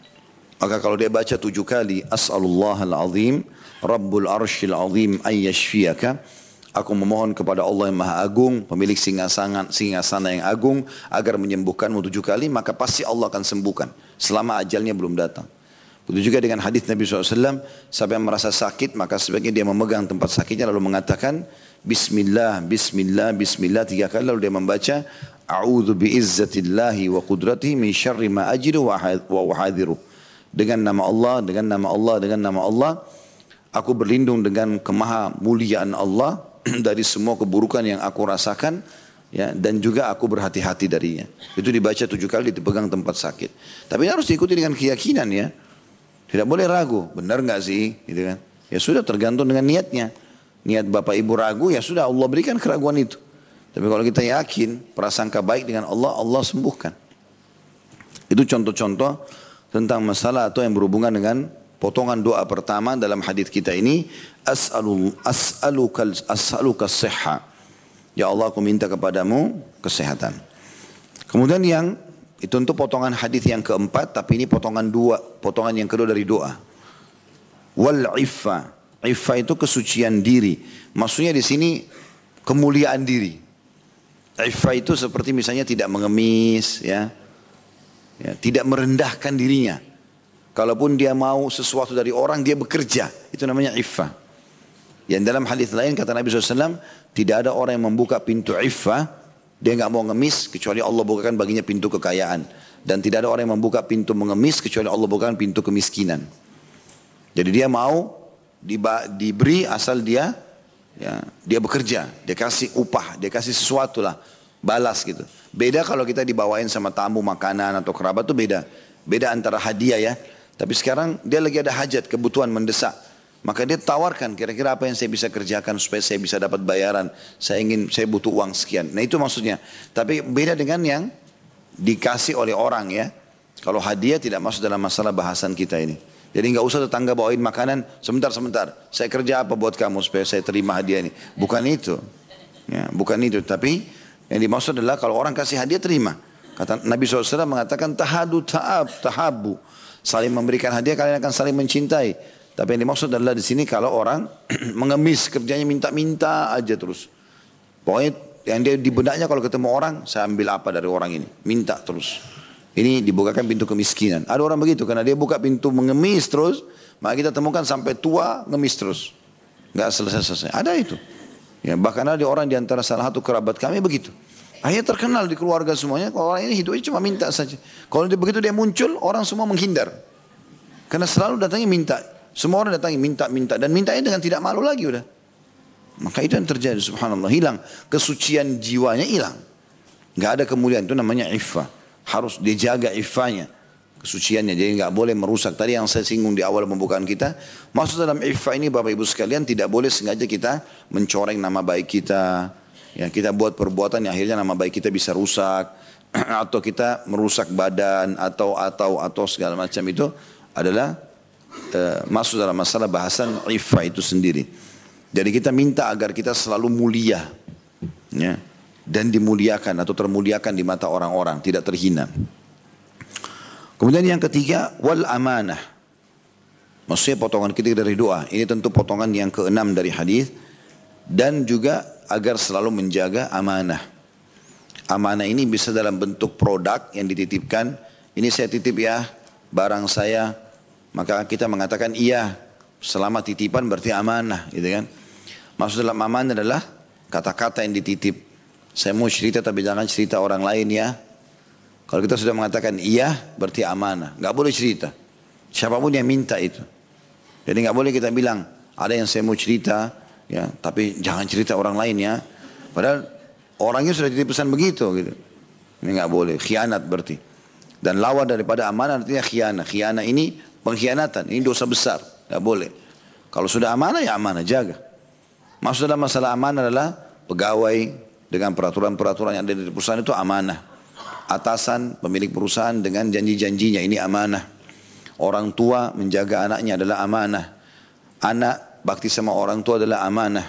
maka kalau dia baca tujuh kali, As'alullahal azim, Rabbul arshil azim ayyashfiyaka. Aku memohon kepada Allah yang maha agung, pemilik singgasana, singgasana yang agung, agar menyembuhkanmu tujuh kali, maka pasti Allah akan sembuhkan. Selama ajalnya belum datang. Begitu juga dengan hadis Nabi shallallahu alaihi wasallam, siapa yang merasa sakit, maka sebaiknya dia memegang tempat sakitnya, lalu mengatakan, Bismillah, Bismillah, Bismillah, tiga kali, lalu dia membaca, A'udhu bi'izzatillahi wa qudratihi min syarri ma ajidu wa uhadhiru. Dengan nama Allah, dengan nama Allah, dengan nama Allah, aku berlindung dengan kemaha muliaan Allah dari semua keburukan yang aku rasakan, ya, dan juga aku berhati-hati darinya. Itu dibaca tujuh kali, dipegang tempat sakit. Tapi harus diikuti dengan keyakinan ya. Tidak boleh ragu, benar nggak sih? Gitu kan? Ya sudah tergantung dengan niatnya. Niat bapak ibu ragu, ya sudah Allah berikan keraguan itu. Tapi kalau kita yakin, prasangka baik dengan Allah, Allah sembuhkan. Itu contoh-contoh tentang masalah atau yang berhubungan dengan potongan doa pertama dalam hadis kita ini. As'alu, as'aluka, as'aluka sihha. Ya Allah, aku minta kepadamu kesehatan. Kemudian yang, itu untuk potongan hadis yang keempat, tapi ini potongan dua, potongan yang kedua dari doa. Wal iffa. Iffa itu kesucian diri. Maksudnya di sini kemuliaan diri. Iffa itu seperti misalnya tidak mengemis, ya, ya, tidak merendahkan dirinya. Kalaupun dia mau sesuatu dari orang, dia bekerja. Itu namanya iffa. Yang dalam hadis lain kata Nabi shallallahu alaihi wasallam, tidak ada orang yang membuka pintu iffa, dia nggak mau ngemis kecuali Allah bukakan baginya pintu kekayaan. Dan tidak ada orang yang membuka pintu mengemis kecuali Allah bukakan pintu kemiskinan. Jadi dia mau diberi asal dia ya, dia bekerja, dia kasih upah, dia kasih sesuatu lah, balas gitu. Beda kalau kita dibawain sama tamu makanan atau kerabat tuh beda. Beda antara hadiah ya. Tapi sekarang dia lagi ada hajat, kebutuhan mendesak. Maka dia tawarkan kira-kira apa yang saya bisa kerjakan supaya saya bisa dapat bayaran. Saya ingin, saya butuh uang sekian. Nah itu maksudnya. Tapi beda dengan yang dikasih oleh orang ya. Kalau hadiah tidak masuk dalam masalah bahasan kita ini. Jadi nggak usah tetangga bawain makanan, sebentar-sebentar. Saya kerja apa buat kamu supaya saya terima hadiah ini. Bukan itu. Ya, bukan itu. Tapi yang dimaksud adalah kalau orang kasih hadiah terima. Kata Nabi shallallahu alaihi wasallam mengatakan tahadu ta'ab, tahabu. Saling memberikan hadiah kalian akan saling mencintai. Tapi yang dimaksud adalah di sini kalau orang mengemis kerjanya minta-minta aja terus. Pokoknya yang dia di benaknya kalau ketemu orang, saya ambil apa dari orang ini. Minta terus. Ini dibukakan pintu kemiskinan. Ada orang begitu karena dia buka pintu mengemis terus, maka kita temukan sampai tua ngemis terus. Enggak selesai-selesai. Ada itu. Ya, bahkan ada orang di antara salah satu kerabat kami begitu. Akhirnya terkenal di keluarga semuanya, kalau orang ini hidupnya cuma minta saja. Kalau dia, begitu dia muncul, orang semua menghindar. Karena selalu datangnya minta. Semua orang datangnya minta, minta. Dan mintanya dengan tidak malu lagi udah. Maka itu yang terjadi, subhanallah. Hilang. Kesucian jiwanya hilang. Gak ada kemuliaan, itu namanya iffah. Harus dijaga iffahnya. Kesuciannya, jadi gak boleh merusak. Tadi yang saya singgung di awal pembukaan kita. Maksud dalam iffah ini Bapak Ibu sekalian, tidak boleh sengaja kita mencoreng nama baik kita. Ya, kita buat perbuatan yang akhirnya nama baik kita bisa rusak. Atau kita merusak badan. Atau, atau, atau segala macam itu adalah uh, masuk dalam masalah bahasan iffah itu sendiri. Jadi kita minta agar kita selalu mulia. Ya. Dan dimuliakan atau termuliakan di mata orang-orang. Tidak terhina. Kemudian yang ketiga, wal amanah. Maksudnya potongan ketiga dari doa. Ini tentu potongan yang keenam dari hadis. Dan juga agar selalu menjaga amanah. Amanah ini bisa dalam bentuk produk yang dititipkan. Ini saya titip ya, barang saya. Maka kita mengatakan iya, selama titipan berarti amanah, gitu kan. Maksud dalam amanah adalah kata-kata yang dititip. Saya mau cerita tapi jangan cerita orang lain ya. Kalau kita sudah mengatakan iya, berarti amanah. Gak boleh cerita. Siapapun yang minta itu. Jadi gak boleh kita bilang, ada yang saya mau cerita, ya, tapi jangan cerita orang lain ya. Padahal orangnya sudah titip pesan begitu, gitu. Ini gak boleh, khianat berarti. Dan lawan daripada amanah artinya khianat. Khianat ini pengkhianatan, ini dosa besar, gak boleh. Kalau sudah amanah ya amanah, jaga. Maksud dalam masalah amanah adalah pegawai dengan peraturan-peraturan yang ada di perusahaan itu amanah. Atasan, pemilik perusahaan dengan janji-janjinya, ini amanah. Orang tua menjaga anaknya adalah amanah. Anak bakti sama orang tua adalah amanah.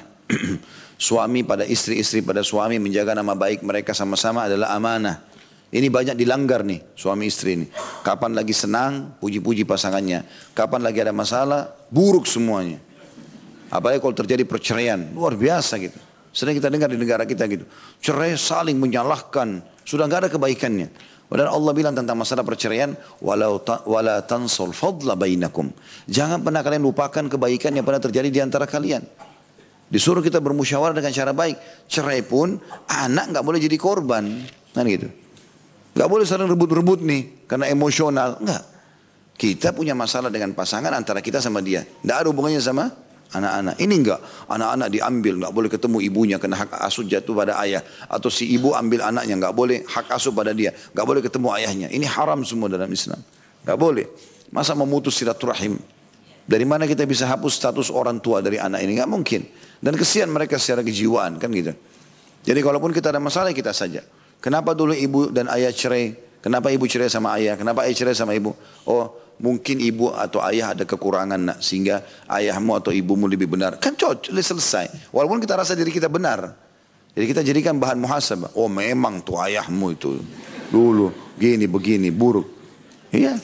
Suami pada istri, istri pada suami menjaga nama baik mereka sama-sama adalah amanah. Ini banyak dilanggar nih suami istri ini. Kapan lagi senang, puji-puji pasangannya. Kapan lagi ada masalah, buruk semuanya. Apalagi kalau terjadi perceraian, luar biasa gitu. Sering kita dengar di negara kita gitu. Cerai saling menyalahkan, sudah gak ada kebaikannya. Padahal Allah bilang tentang masalah perceraian, walau ta, wala tansol fadla bainakum. Jangan pernah kalian lupakan kebaikan yang pernah terjadi di antara kalian. Disuruh kita bermusyawarah dengan cara baik. Cerai pun anak gak boleh jadi korban, kan gitu. Gak boleh saling rebut-rebut nih karena emosional, enggak. Kita punya masalah dengan pasangan antara kita sama dia. Tidak ada hubungannya sama anak-anak. Ini enggak. Anak-anak diambil, enggak boleh ketemu ibunya karena hak asuh jatuh pada ayah. Atau si ibu ambil anaknya, enggak boleh hak asuh pada dia. Enggak boleh ketemu ayahnya. Ini haram semua dalam Islam. Enggak boleh. Masa memutus silaturahim? Dari mana kita bisa hapus status orang tua dari anak ini? Enggak mungkin. Dan kesian mereka secara kejiwaan, kan gitu. Jadi kalaupun kita ada masalah, kita saja. Kenapa dulu ibu dan ayah cerai? Kenapa ibu cerai sama ayah? Kenapa ayah cerai sama ibu? Oh, mungkin ibu atau ayah ada kekurangan nak, sehingga ayahmu atau ibumu lebih benar. Kan cocok, selesai. Walaupun kita rasa diri kita benar. Jadi kita jadikan bahan muhasabah. Oh memang tuh ayahmu itu dulu gini begini buruk. Iya.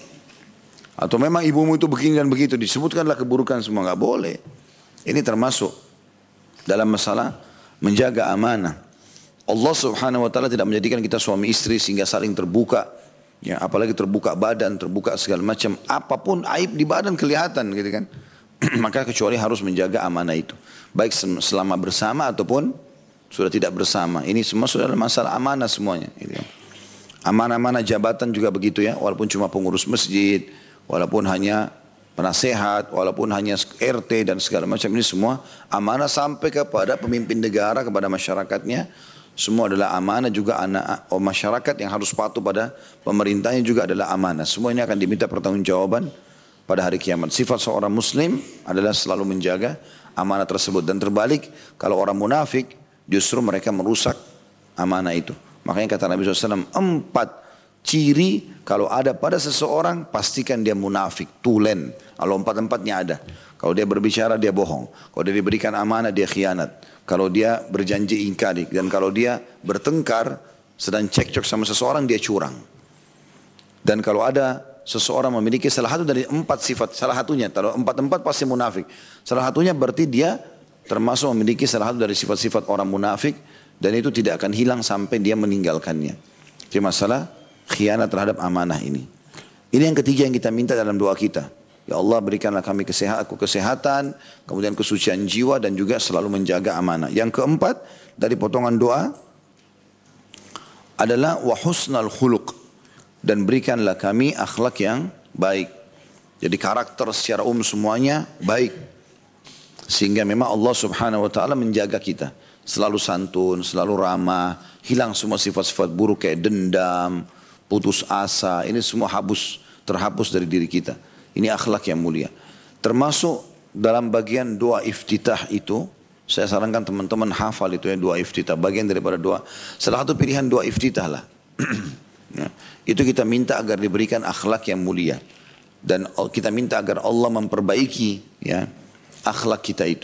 Atau memang ibumu itu begini dan begitu. Disebutkanlah keburukan semua. Gak boleh. Ini termasuk dalam masalah menjaga amanah. Allah subhanahu wa ta'ala tidak menjadikan kita suami istri sehingga saling terbuka. Ya, apalagi terbuka badan, terbuka segala macam. Apapun aib di badan kelihatan gitu kan. Maka kecuali harus menjaga amanah itu. Baik selama bersama ataupun sudah tidak bersama. Ini semua sudah masalah amanah semuanya. Gitu kan. Amanah-amanah jabatan juga begitu ya. Walaupun cuma pengurus masjid. Walaupun hanya penasehat. Walaupun hanya R T dan segala macam. Ini semua amanah sampai kepada pemimpin negara, kepada masyarakatnya. Semua adalah amanah, juga anak oh, masyarakat yang harus patuh pada pemerintahnya juga adalah amanah. Semua ini akan diminta pertanggungjawaban pada hari kiamat. Sifat seorang muslim adalah selalu menjaga amanah tersebut. Dan terbalik, kalau orang munafik justru mereka merusak amanah itu. Makanya kata Nabi shallallahu alaihi wasallam, empat ciri kalau ada pada seseorang pastikan dia munafik, tulen. Kalau empat-empatnya ada. Kalau dia berbicara dia bohong. Kalau dia diberikan amanah dia khianat. Kalau dia berjanji ingkari. Dan kalau dia bertengkar sedang cekcok sama seseorang dia curang. Dan kalau ada seseorang memiliki salah satu dari empat sifat, salah satunya, kalau empat-empat pasti munafik. Salah satunya berarti dia termasuk memiliki salah satu dari sifat-sifat orang munafik. Dan itu tidak akan hilang sampai dia meninggalkannya. Jadi masalah khianat terhadap amanah ini. Ini yang ketiga yang kita minta dalam doa kita. Ya Allah berikanlah kami kesehatan, kesehatan, kemudian kesucian jiwa dan juga selalu menjaga amanah. Yang keempat dari potongan doa, adalah wa husnal khuluq, dan berikanlah kami akhlak yang baik. Jadi karakter secara umum semuanya baik. Sehingga memang Allah subhanahu wa ta'ala menjaga kita. Selalu santun, selalu ramah, hilang semua sifat-sifat buruk kayak dendam, putus asa. Ini semua habus, terhapus dari diri kita. Ini akhlak yang mulia. Termasuk dalam bagian doa iftitah itu, saya sarankan teman-teman hafal itu ya, doa iftitah. Bagian daripada doa. Salah satu pilihan doa iftitah lah. Ya. Itu kita minta agar diberikan akhlak yang mulia. Dan kita minta agar Allah memperbaiki ya, akhlak kita itu.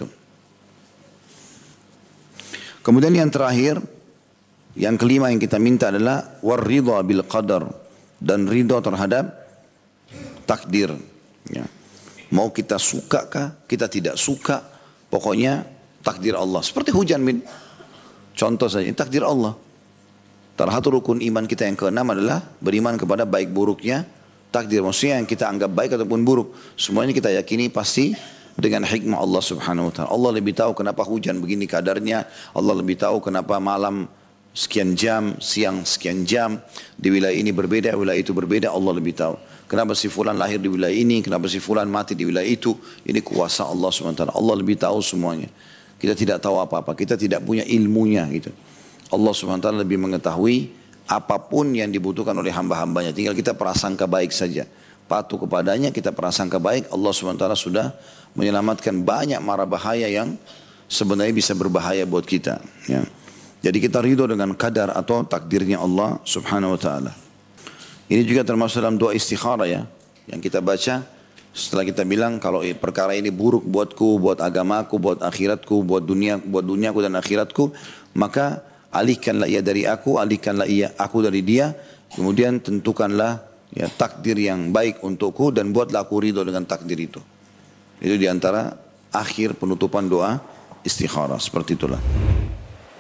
Kemudian yang terakhir, yang kelima yang kita minta adalah warridha bil qadar, dan ridha terhadap takdir. Ya. Mau kita suka kah, kita tidak suka, pokoknya takdir Allah. Seperti hujan bin. Contoh saja, takdir Allah. Salah satu rukun iman kita yang keenam adalah beriman kepada baik buruknya takdir. Maksudnya yang kita anggap baik ataupun buruk, semuanya kita yakini pasti dengan hikmah Allah subhanahu wa ta'ala. Allah lebih tahu kenapa hujan begini kadarnya. Allah lebih tahu kenapa malam sekian jam, siang sekian jam. Di wilayah ini berbeda, wilayah itu berbeda. Allah lebih tahu. Kenapa si fulan lahir di wilayah ini, kenapa si fulan mati di wilayah itu. Ini kuasa Allah subhanahu wa ta'ala. Allah lebih tahu semuanya. Kita tidak tahu apa-apa. Kita tidak punya ilmunya gitu. Allah subhanahu wa ta'ala lebih mengetahui apapun yang dibutuhkan oleh hamba-hambanya. Tinggal kita prasangka baik saja. Patuh kepadanya, kita prasangka baik. Allah subhanahu wa ta'ala sudah menyelamatkan banyak mara bahaya yang sebenarnya bisa berbahaya buat kita. Ya. Jadi kita ridho dengan kadar atau takdirnya Allah subhanahu wa ta'ala. Ini juga termasuk dalam doa istikharah ya. Yang kita baca setelah kita bilang kalau perkara ini buruk buatku, buat agamaku, buat akhiratku, buat dunia, buat duniaku dan akhiratku, maka alihkanlah ia dari aku, alihkanlah ia aku dari dia, kemudian tentukanlah ya takdir yang baik untukku dan buatlah aku ridho dengan takdir itu. Itu diantara akhir penutupan doa istikharah, seperti itulah.